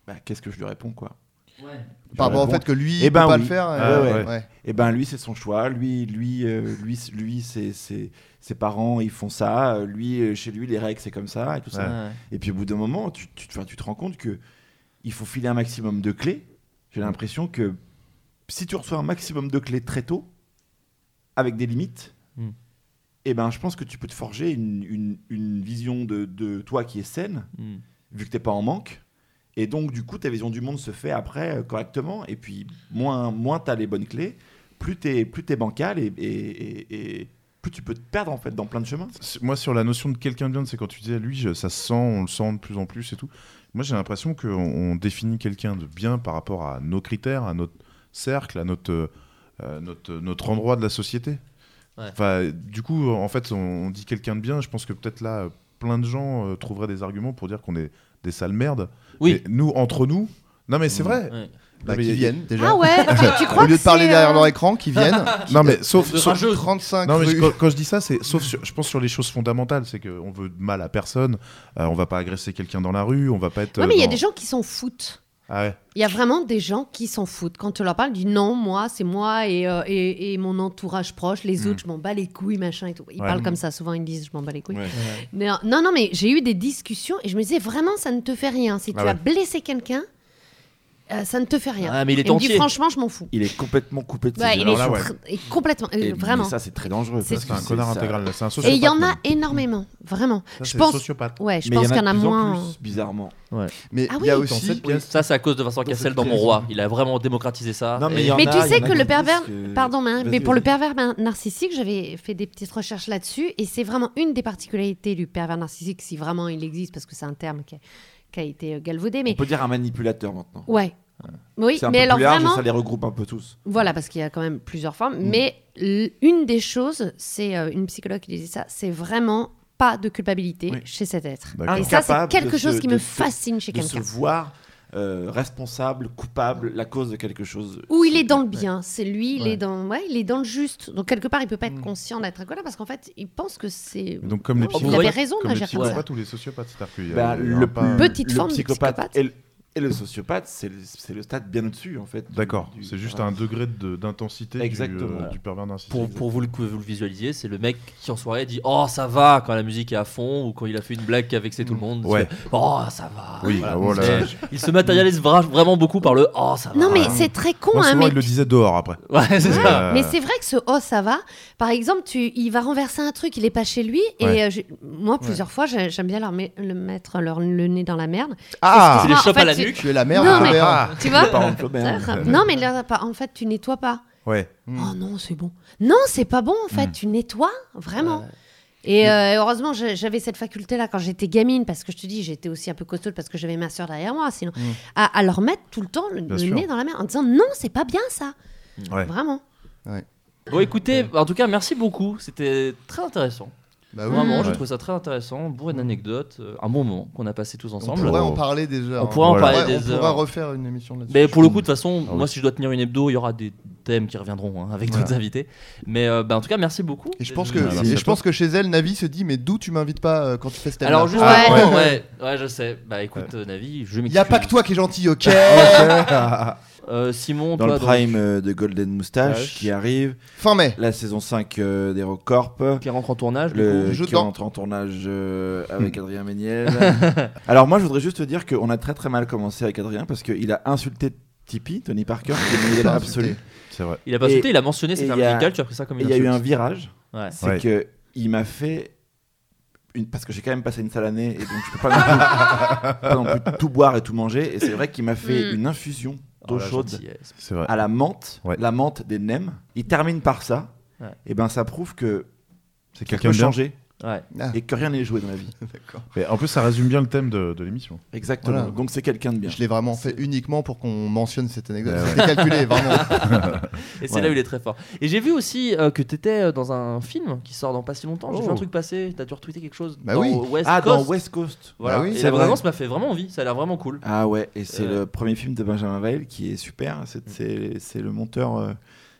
bah, qu'est-ce que je lui réponds, quoi. Ouais. Par rapport au bon. fait que lui, Eh il ben peut pas oui. le faire. Ah, euh, ouais. ouais. Et ben lui, c'est son choix. Lui, lui, euh, lui, lui, c'est, c'est, ses parents, ils font ça. Lui, euh, chez lui, les règles, c'est comme ça et tout ça. Ouais. Et puis au bout d'un moment, tu, tu, tu, tu te rends compte que il faut filer un maximum de clés. J'ai l'impression que si tu reçois un maximum de clés très tôt, avec des limites, Mm. et ben je pense que tu peux te forger une, une, une vision de, de toi qui est saine, Mm. vu que t'es pas en manque. Et donc, du coup, ta vision du monde se fait après euh, correctement. Et puis, moins, moins tu as les bonnes clés, plus tu es plus t'es bancal et, et, et, et plus tu peux te perdre en fait dans plein de chemins. Moi, sur la notion de quelqu'un de bien, c'est quand tu disais, lui, je- ça se sent, on le sent de plus en plus et tout. Moi, j'ai l'impression qu'on on définit quelqu'un de bien par rapport à nos critères, à notre cercle, à notre, euh, notre, notre endroit de la société. Ouais. Enfin, du coup, en fait, on, on dit quelqu'un de bien. Je pense que peut-être là, euh, plein de gens euh, trouveraient des arguments pour dire qu'on est des sales merdes. Oui. Mais nous, entre nous, non, mais c'est Mmh. vrai. Ouais. Bah, Non, mais qui y a- viennent déjà. Ah ouais, tu, tu crois Au lieu que de parler c'est, derrière euh, leur écran, qui viennent. Non, mais sauf, De sauf- rageux. trente-cinq Non, mais rues. quand, quand je dis ça, c'est sauf sur, je pense sur les choses fondamentales, c'est qu'on veut de mal à personne, euh, on va pas agresser quelqu'un dans la rue, on va pas être. Ouais, euh, mais il y a dans- des gens qui s'en foutent. Ah ouais. Il y a vraiment des gens qui s'en foutent. Quand tu leur parles, du non, moi, c'est moi et, euh, et, et mon entourage proche, les Mm. autres, je m'en bats les couilles, machin et tout. Ils Ouais. parlent comme ça, souvent ils disent je m'en bats les couilles. Ouais. Mais, euh, non, non, mais j'ai eu des discussions et je me disais vraiment, ça ne te fait rien. Si Ah tu ouais. as blessé quelqu'un, euh, ça ne te fait rien. Ah, mais il est Et il me dit entier. franchement, je m'en fous. Il est complètement coupé de ses Ouais, il est, alors là, ouais. tr- et complètement, euh, Et- vraiment. mais ça, c'est très dangereux. C'est- parce C'est un que connard ça- intégral, là, c'est un sociopathe. Et il y en a même. énormément, vraiment. Ça, je c'est pense, sociopathe. ouais, je Mais pense il y qu'il en y en a a de plus en moins. plus, bizarrement. Mais Ah il y a oui, aussi. dans cette oui. pièce. Ça, c'est à cause de Vincent Dans Cassel cette dans Mon pièce. Roi. Il a vraiment démocratisé ça. Non, mais Et- il y en Mais a- tu il y sais en a que qui le disent pervers, que- pardon, hein, Vas-y, mais pour le vas-y. pervers ben- narcissique, j'avais fait des petites recherches là-dessus et c'est vraiment une des particularités du pervers narcissique, si vraiment il existe, parce que c'est un terme qui a, qui a été euh, galvaudé. On Mais peut dire un manipulateur maintenant. ouais, oui, C'est un mais peu alors plus large et vraiment, ça les regroupe un peu tous. voilà, parce qu'il y a quand même plusieurs formes. Mm. Mais l- une des choses, c'est euh, une psychologue qui disait ça, c'est vraiment pas de culpabilité Oui. chez cet être. D'accord. Et ça, c'est Incapable quelque de chose se- qui de me se- fascine chez De se quelqu'un. voir euh, responsable, coupable, la cause de quelque chose. Où il est dans le bien, c'est lui, il Ouais. est dans, ouais, il est dans le juste. Donc quelque part, il peut pas être Mm. conscient d'être un connard parce qu'en fait, il pense que c'est. Mais donc, comme les Oh, vous psychopathes, avez raison comme les d'agir comme ça. psychopathes ou les sociopathes, c'est-à-dire qu'il y a- Bah, il y aura le pas- plus- Petite le forme de psychopathe psychopathe. et le, et le sociopathe, c'est le, c'est le stade bien au-dessus en fait. du- D'accord, du- c'est juste voilà. un degré de- d'intensité du, Exactement. euh, du pervers narcissique. Pour, pour vous, le, que vous le visualisiez, c'est le mec qui en soirée dit oh ça va quand la musique est à fond ou quand il a fait une blague qui a vexé tout le monde. il Ouais. se fait, oh ça va. Oui, Voilà. ah, voilà. C'est- Il se matérialise vra- vraiment beaucoup par le oh ça va. Non, mais c'est très con, Moi, hein, souvent, mais il le disait dehors après. Ouais, c'est ça. Euh, Mais c'est vrai que ce oh ça va. Par exemple, tu, il va renverser un truc, il est pas chez lui. Ouais. Et euh, j'ai- moi, plusieurs fois, j'ai- j'aime bien leur met- le mettre leur, le nez dans la merde. Ah, Tu les en chopes fait, à la tu- nuque. tu es la mère Non, de mais- Robert. Tu vois Par exemple, Flaubert. Ça, Non, mais là, pas- en fait, tu nettoies pas. Ouais. Mm. Oh non, c'est bon. Non, c'est pas bon, en fait. Mm. Tu nettoies, vraiment. Ouais. Et euh, heureusement, j'ai- j'avais cette faculté-là quand j'étais gamine, parce que je te dis, j'étais aussi un peu costaud parce que j'avais ma soeur derrière moi, sinon. Mm. À, à leur mettre tout le temps le, Bien le sûr. nez dans la mer en disant non, c'est pas bien ça. Ouais. Vraiment. Bon écoutez, en tout cas merci beaucoup, c'était très intéressant. Bah oui. Vraiment, Mm. j'ai Ouais. trouvé ça très intéressant, bourré d'anecdotes, euh, un bon moment qu'on a passé tous On ensemble. pourrait en Oh. parler des heures. On hein. pourrait en On parler pourrait- des On heures. pourra refaire une émission là-dessus. Mais pour le coup, de toute façon, Ah oui. moi, si je dois tenir une hebdo, il y aura des thèmes qui reviendront hein, avec Voilà. d'autres invités. Mais euh, bah, en tout cas, merci beaucoup. Et je pense que, Désolé. Ah, merci et à je toi. pense que chez elle, Navi se dit mais d'où tu m'invites pas euh, quand tu fais ce thème Alors, juste Ouais. avant, ouais. ouais, je sais. Bah écoute, euh, Navi, je Il m'excuse. y a pas que toi qui est gentil, ok. Euh, Simon, Dans toi, le donc, prime euh, de Golden Moustache Moustache. qui arrive, Fin mai. la saison cinq euh, d'HeroCorp, qui rentre en tournage, du le, coup. jeu qui dedans. rentre en tournage euh, avec Adrien Méniel. Alors moi je voudrais juste te dire qu'on a très très mal commencé avec Adrien parce qu'il a insulté Tipeee, Tony Parker, qui est mon idole absolu. C'est vrai. Il a pas Et- sauté, il a mentionné et cette il arme y a- musicale, tu as pris ça comme Et une il y a eu un insulte. virage, Ouais. c'est Ouais. que il m'a fait une... parce que j'ai quand même passé une sale année et donc je peux pas non plus, pas non plus tout boire et tout manger et c'est vrai qu'il m'a fait Mm. une infusion d'eau Oh, la chaude gentillesse. C'est vrai. à la menthe, Ouais. la menthe des nems. Il termine par ça. Ouais. Et ben ça prouve que C'est ça quelqu'un peut de bien. changer Ouais. Ah, et que rien n'est joué dans la vie. d'accord. Mais en plus, ça résume bien le thème de, de l'émission. Exactement. Voilà. Donc c'est quelqu'un de bien. Je l'ai vraiment fait uniquement pour qu'on mentionne cette anecdote. Ouais, ouais. C'était calculé, vraiment. Et c'est Ouais. là où il est très fort. Et j'ai vu aussi euh, que tu étais dans un film qui sort dans pas si longtemps. J'ai Oh. vu un truc passer. T'as dû retweeter quelque chose. Bah dans oui. West Ah, Coast. dans West Coast. Voilà. Bah oui, et c'est la vrai. bande-annonce m'a fait vraiment envie. Ça a l'air vraiment cool. Ah ouais, et c'est Euh. le premier film de Benjamin Veil qui est super. C'est, c'est, c'est le monteur euh,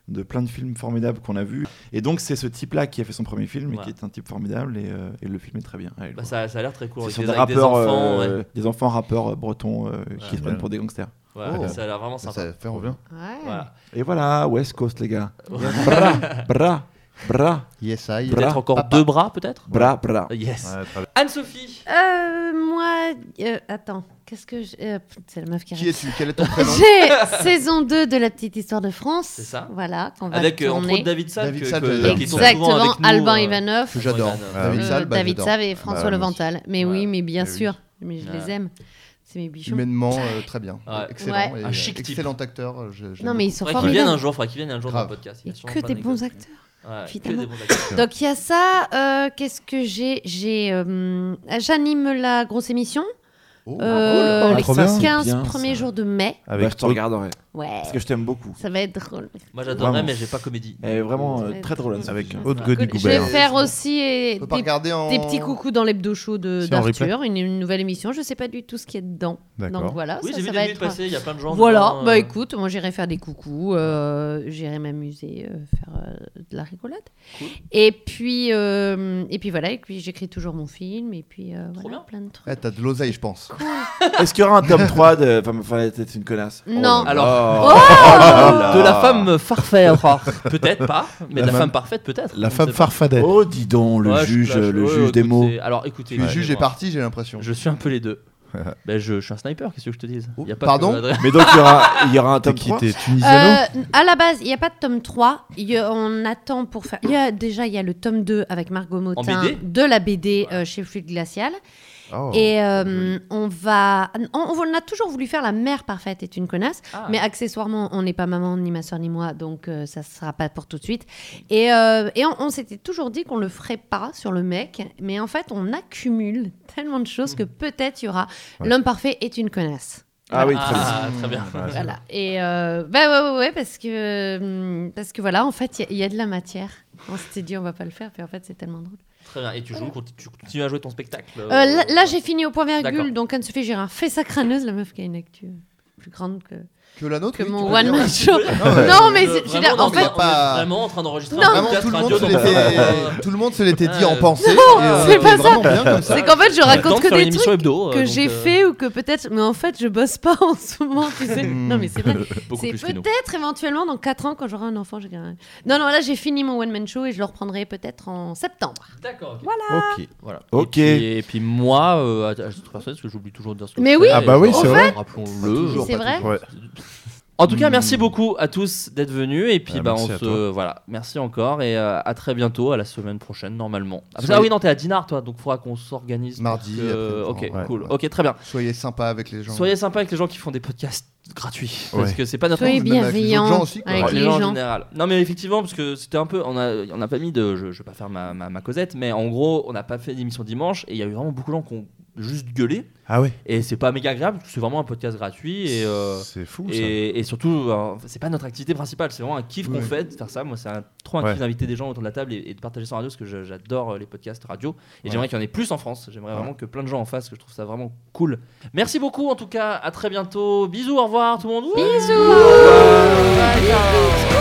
de plein de films formidables qu'on a vus. Et donc, c'est ce type-là qui a fait son premier film et Ouais. qui est un type formidable. Et, euh, et le film est très bien. Allez, le Bah, voir. ça, ça a l'air très cool. C'est avec sur des, des avec des rappeurs, enfants. euh, ouais. des enfants rappeurs euh, bretons euh, qui Ouais, se prennent ouais. pour des gangsters. Ouais, Oh. ça a l'air vraiment sympa. Ça fait revient. Ouais. Voilà. Et voilà, West Coast, les gars. Bra, bra, bra, Yes, I. Bra. Peut-être encore Papa. deux bras, peut-être. bra, bra. Yes. Ouais, très bien. Anne-Sophie. Euh, moi, euh, attends, qu'est-ce que je... euh, c'est la meuf qui Qui arrive. es-tu? Quel est ton prénom? J'ai saison deux de La Petite Histoire de France. C'est ça. Voilà, qu'on va Avec euh, entre tourner. autres David Salle, David que- Salle, que- j'adore. qui sont souvent Exactement, avec nous, Albin euh, Ivanov. Que j'adore. Ivanov. David Euh, Salle, bah, David j'adore. Sav et François Bah, Levental. Mais Ouais. oui, mais bien Eh oui. sûr. Mais je Ouais. les aime. C'est mes bichons. Humainement, euh, très bien. Ouais. Excellent. Ouais. et, Un euh, chic type. excellent acteur. euh, je- j'aime Non, mais ils beaucoup. sont Faudrait qu'il vienne un formidables. jour, faudrait qu'il vienne un jour dans Grave. le podcast. Il a y a sûrement que plein des bons d'anecdotes. acteurs. Ouais, que évidemment. des bons acteurs. Donc il y a ça. euh, Qu'est-ce que j'ai J'ai euh, j'anime la grosse émission. Oh, euh, Ah, les trop bien. quinze C'est bien, premiers ça. jours de mai. Bah, Avec je te regarderai. Ouais. Parce que je t'aime beaucoup. Ça va être drôle. Moi j'adorerais, Vraiment. mais j'ai pas comédie. Elle est vraiment euh, Ouais, très drôle. Anne-Sophie. avec Ouais. Haute Je vais Godigobert. faire aussi euh, On peut pas des, regarder en. des petits coucous dans l'hebdo show de- Si, en replay. d'Arthur, une, une nouvelle émission. Je sais pas du tout ce qu'il y a dedans. D'accord. Donc voilà, Oui, ça, j'ai vu ça des va minutes être. passer, il y a plein de gens. Voilà, dedans, bah euh, écoute, moi j'irai faire des coucous, euh, j'irai m'amuser, euh, faire euh, de la rigolade. Cool. Et puis, euh, et puis voilà, et puis j'écris toujours mon film, et puis euh, Trop voilà, bien. plein de trucs. Ouais, t'as de l'oseille, je pense. Est-ce qu'il y aura un tome trois de. Enfin, enfin, t'es une connasse. Non. là là. Alors- Oh là là. De la femme farfaire, peut-être pas, mais de La la femme- femme parfaite, peut-être. La on femme sait pas. farfadet. Oh, dis donc, le Ouais, je juge, clash. le Ouais, juge des écoute, mots. c'est- Alors écoutez, Le ouais, juge est moi, parti, j'ai l'impression. Je suis un peu les deux. Ben, je, je suis un sniper, qu'est-ce que je te dise Oh, Il y a pas pardon que l'adresse. Mais donc, il y aura, il y aura un T'es tome qui trois. t'es tunisiano Euh, à la base, il n'y a pas de tome trois. Il y a- on attend pour faire. Il y a, déjà, il y a le tome deux avec Margot Motin B D de la B D euh, chez Fluide Glacial. Oh. Et euh, on va. On, on a toujours voulu faire La mère parfaite est une connasse. Ah. Mais accessoirement, on n'est pas maman, ni ma soeur, ni moi. Donc euh, ça ne sera pas pour tout de suite. Et, euh, et on, on s'était toujours dit qu'on le ferait pas sur le mec. Mais en fait, on accumule tellement de choses que peut-être il y aura Ouais. L'homme parfait est une connasse. Ah oui, très bien. Ah, très bien. Ouais, Voilà. Et euh, bah ouais, ouais, ouais, parce que, euh, parce que voilà, en fait, il y a- il y, a de la matière. On s'était dit, on va pas le faire, puis en fait, c'est tellement drôle. Très bien. Et tu joues, tu continues à jouer ton spectacle Euh, là, là, j'ai fini au point D'accord. virgule, donc Anne-Sophie Girard fait sa crâneuse, la meuf qui a une actu plus grande que, Que la nôtre que oui, tu mon peux one dire. man show. ouais. Non, mais Euh, c'est- je veux vraiment, dire, non, en mais fait, on est pas- vraiment en train d'enregistrer Non. un Vraiment, podcast tout le, monde radio, se donc, l'était, euh, tout le monde se l'était dit Ouais, en pensée. non, et on c'est était pas vraiment bien comme ça. c'est qu'en fait, je on a le temps raconte de que faire des une émission trucs hebdo, euh, que donc, j'ai euh, fait ou que peut-être, mais en fait, je bosse pas en ce moment, tu sais. Hmm. Non, mais c'est vrai. beaucoup C'est plus que nous. peut-être éventuellement dans quatre ans quand j'aurai un enfant. j'ai gagné. Non, non, là j'ai fini mon one man show et je le reprendrai peut-être en septembre. D'accord. ok. Voilà. Ok. Voilà. Ok. Et puis, et puis moi, euh, à, à titre personnel, parce que j'oublie toujours de dire ce que Mais je oui. fais, Ah bah oui, et c'est euh, vrai. Rappelons-le. Toujours. C'est pas vrai. Ouais. En tout cas, Hmm. merci beaucoup à tous d'être venus et puis Ah, bah merci on à se toi. voilà, merci encore et euh, à très bientôt, à la semaine prochaine normalement. Ah, parce- Soyez- ah oui non, t'es à Dinard toi, donc il faudra qu'on s'organise pour Mardi, que- après, ok, enfin, cool. ouais. Ok, très bien. Soyez sympa avec les gens. Soyez sympa avec les gens qui font des podcasts gratuits parce Ouais. que c'est pas notre Soyez même avec les autres bienveillants gens aussi, quoi. avec Ouais, les les gens en gens. général. Non mais effectivement parce que c'était un peu on a on n'a pas mis de je, je vais pas faire ma, ma, ma causette mais en gros, on n'a pas fait d'émission dimanche et il y a eu vraiment beaucoup de gens qui ont juste gueulé Ah ouais. et c'est pas méga agréable parce que c'est vraiment un podcast gratuit et euh, C'est fou ça. Et, et surtout, euh, c'est pas notre activité principale, c'est vraiment un kiff qu'on Oui. fait de faire ça. Moi, c'est un, trop un Ouais. kiff d'inviter des gens autour de la table et, et de partager ça en radio parce que je- j'adore euh, les podcasts radio. Et Ouais. j'aimerais qu'il y en ait plus en France. J'aimerais Ouais. vraiment que plein de gens en fassent, que je trouve ça vraiment cool. Merci beaucoup en tout cas, à très bientôt. Bisous, au revoir tout le monde. Bisous. Au revoir. Bye, ciao.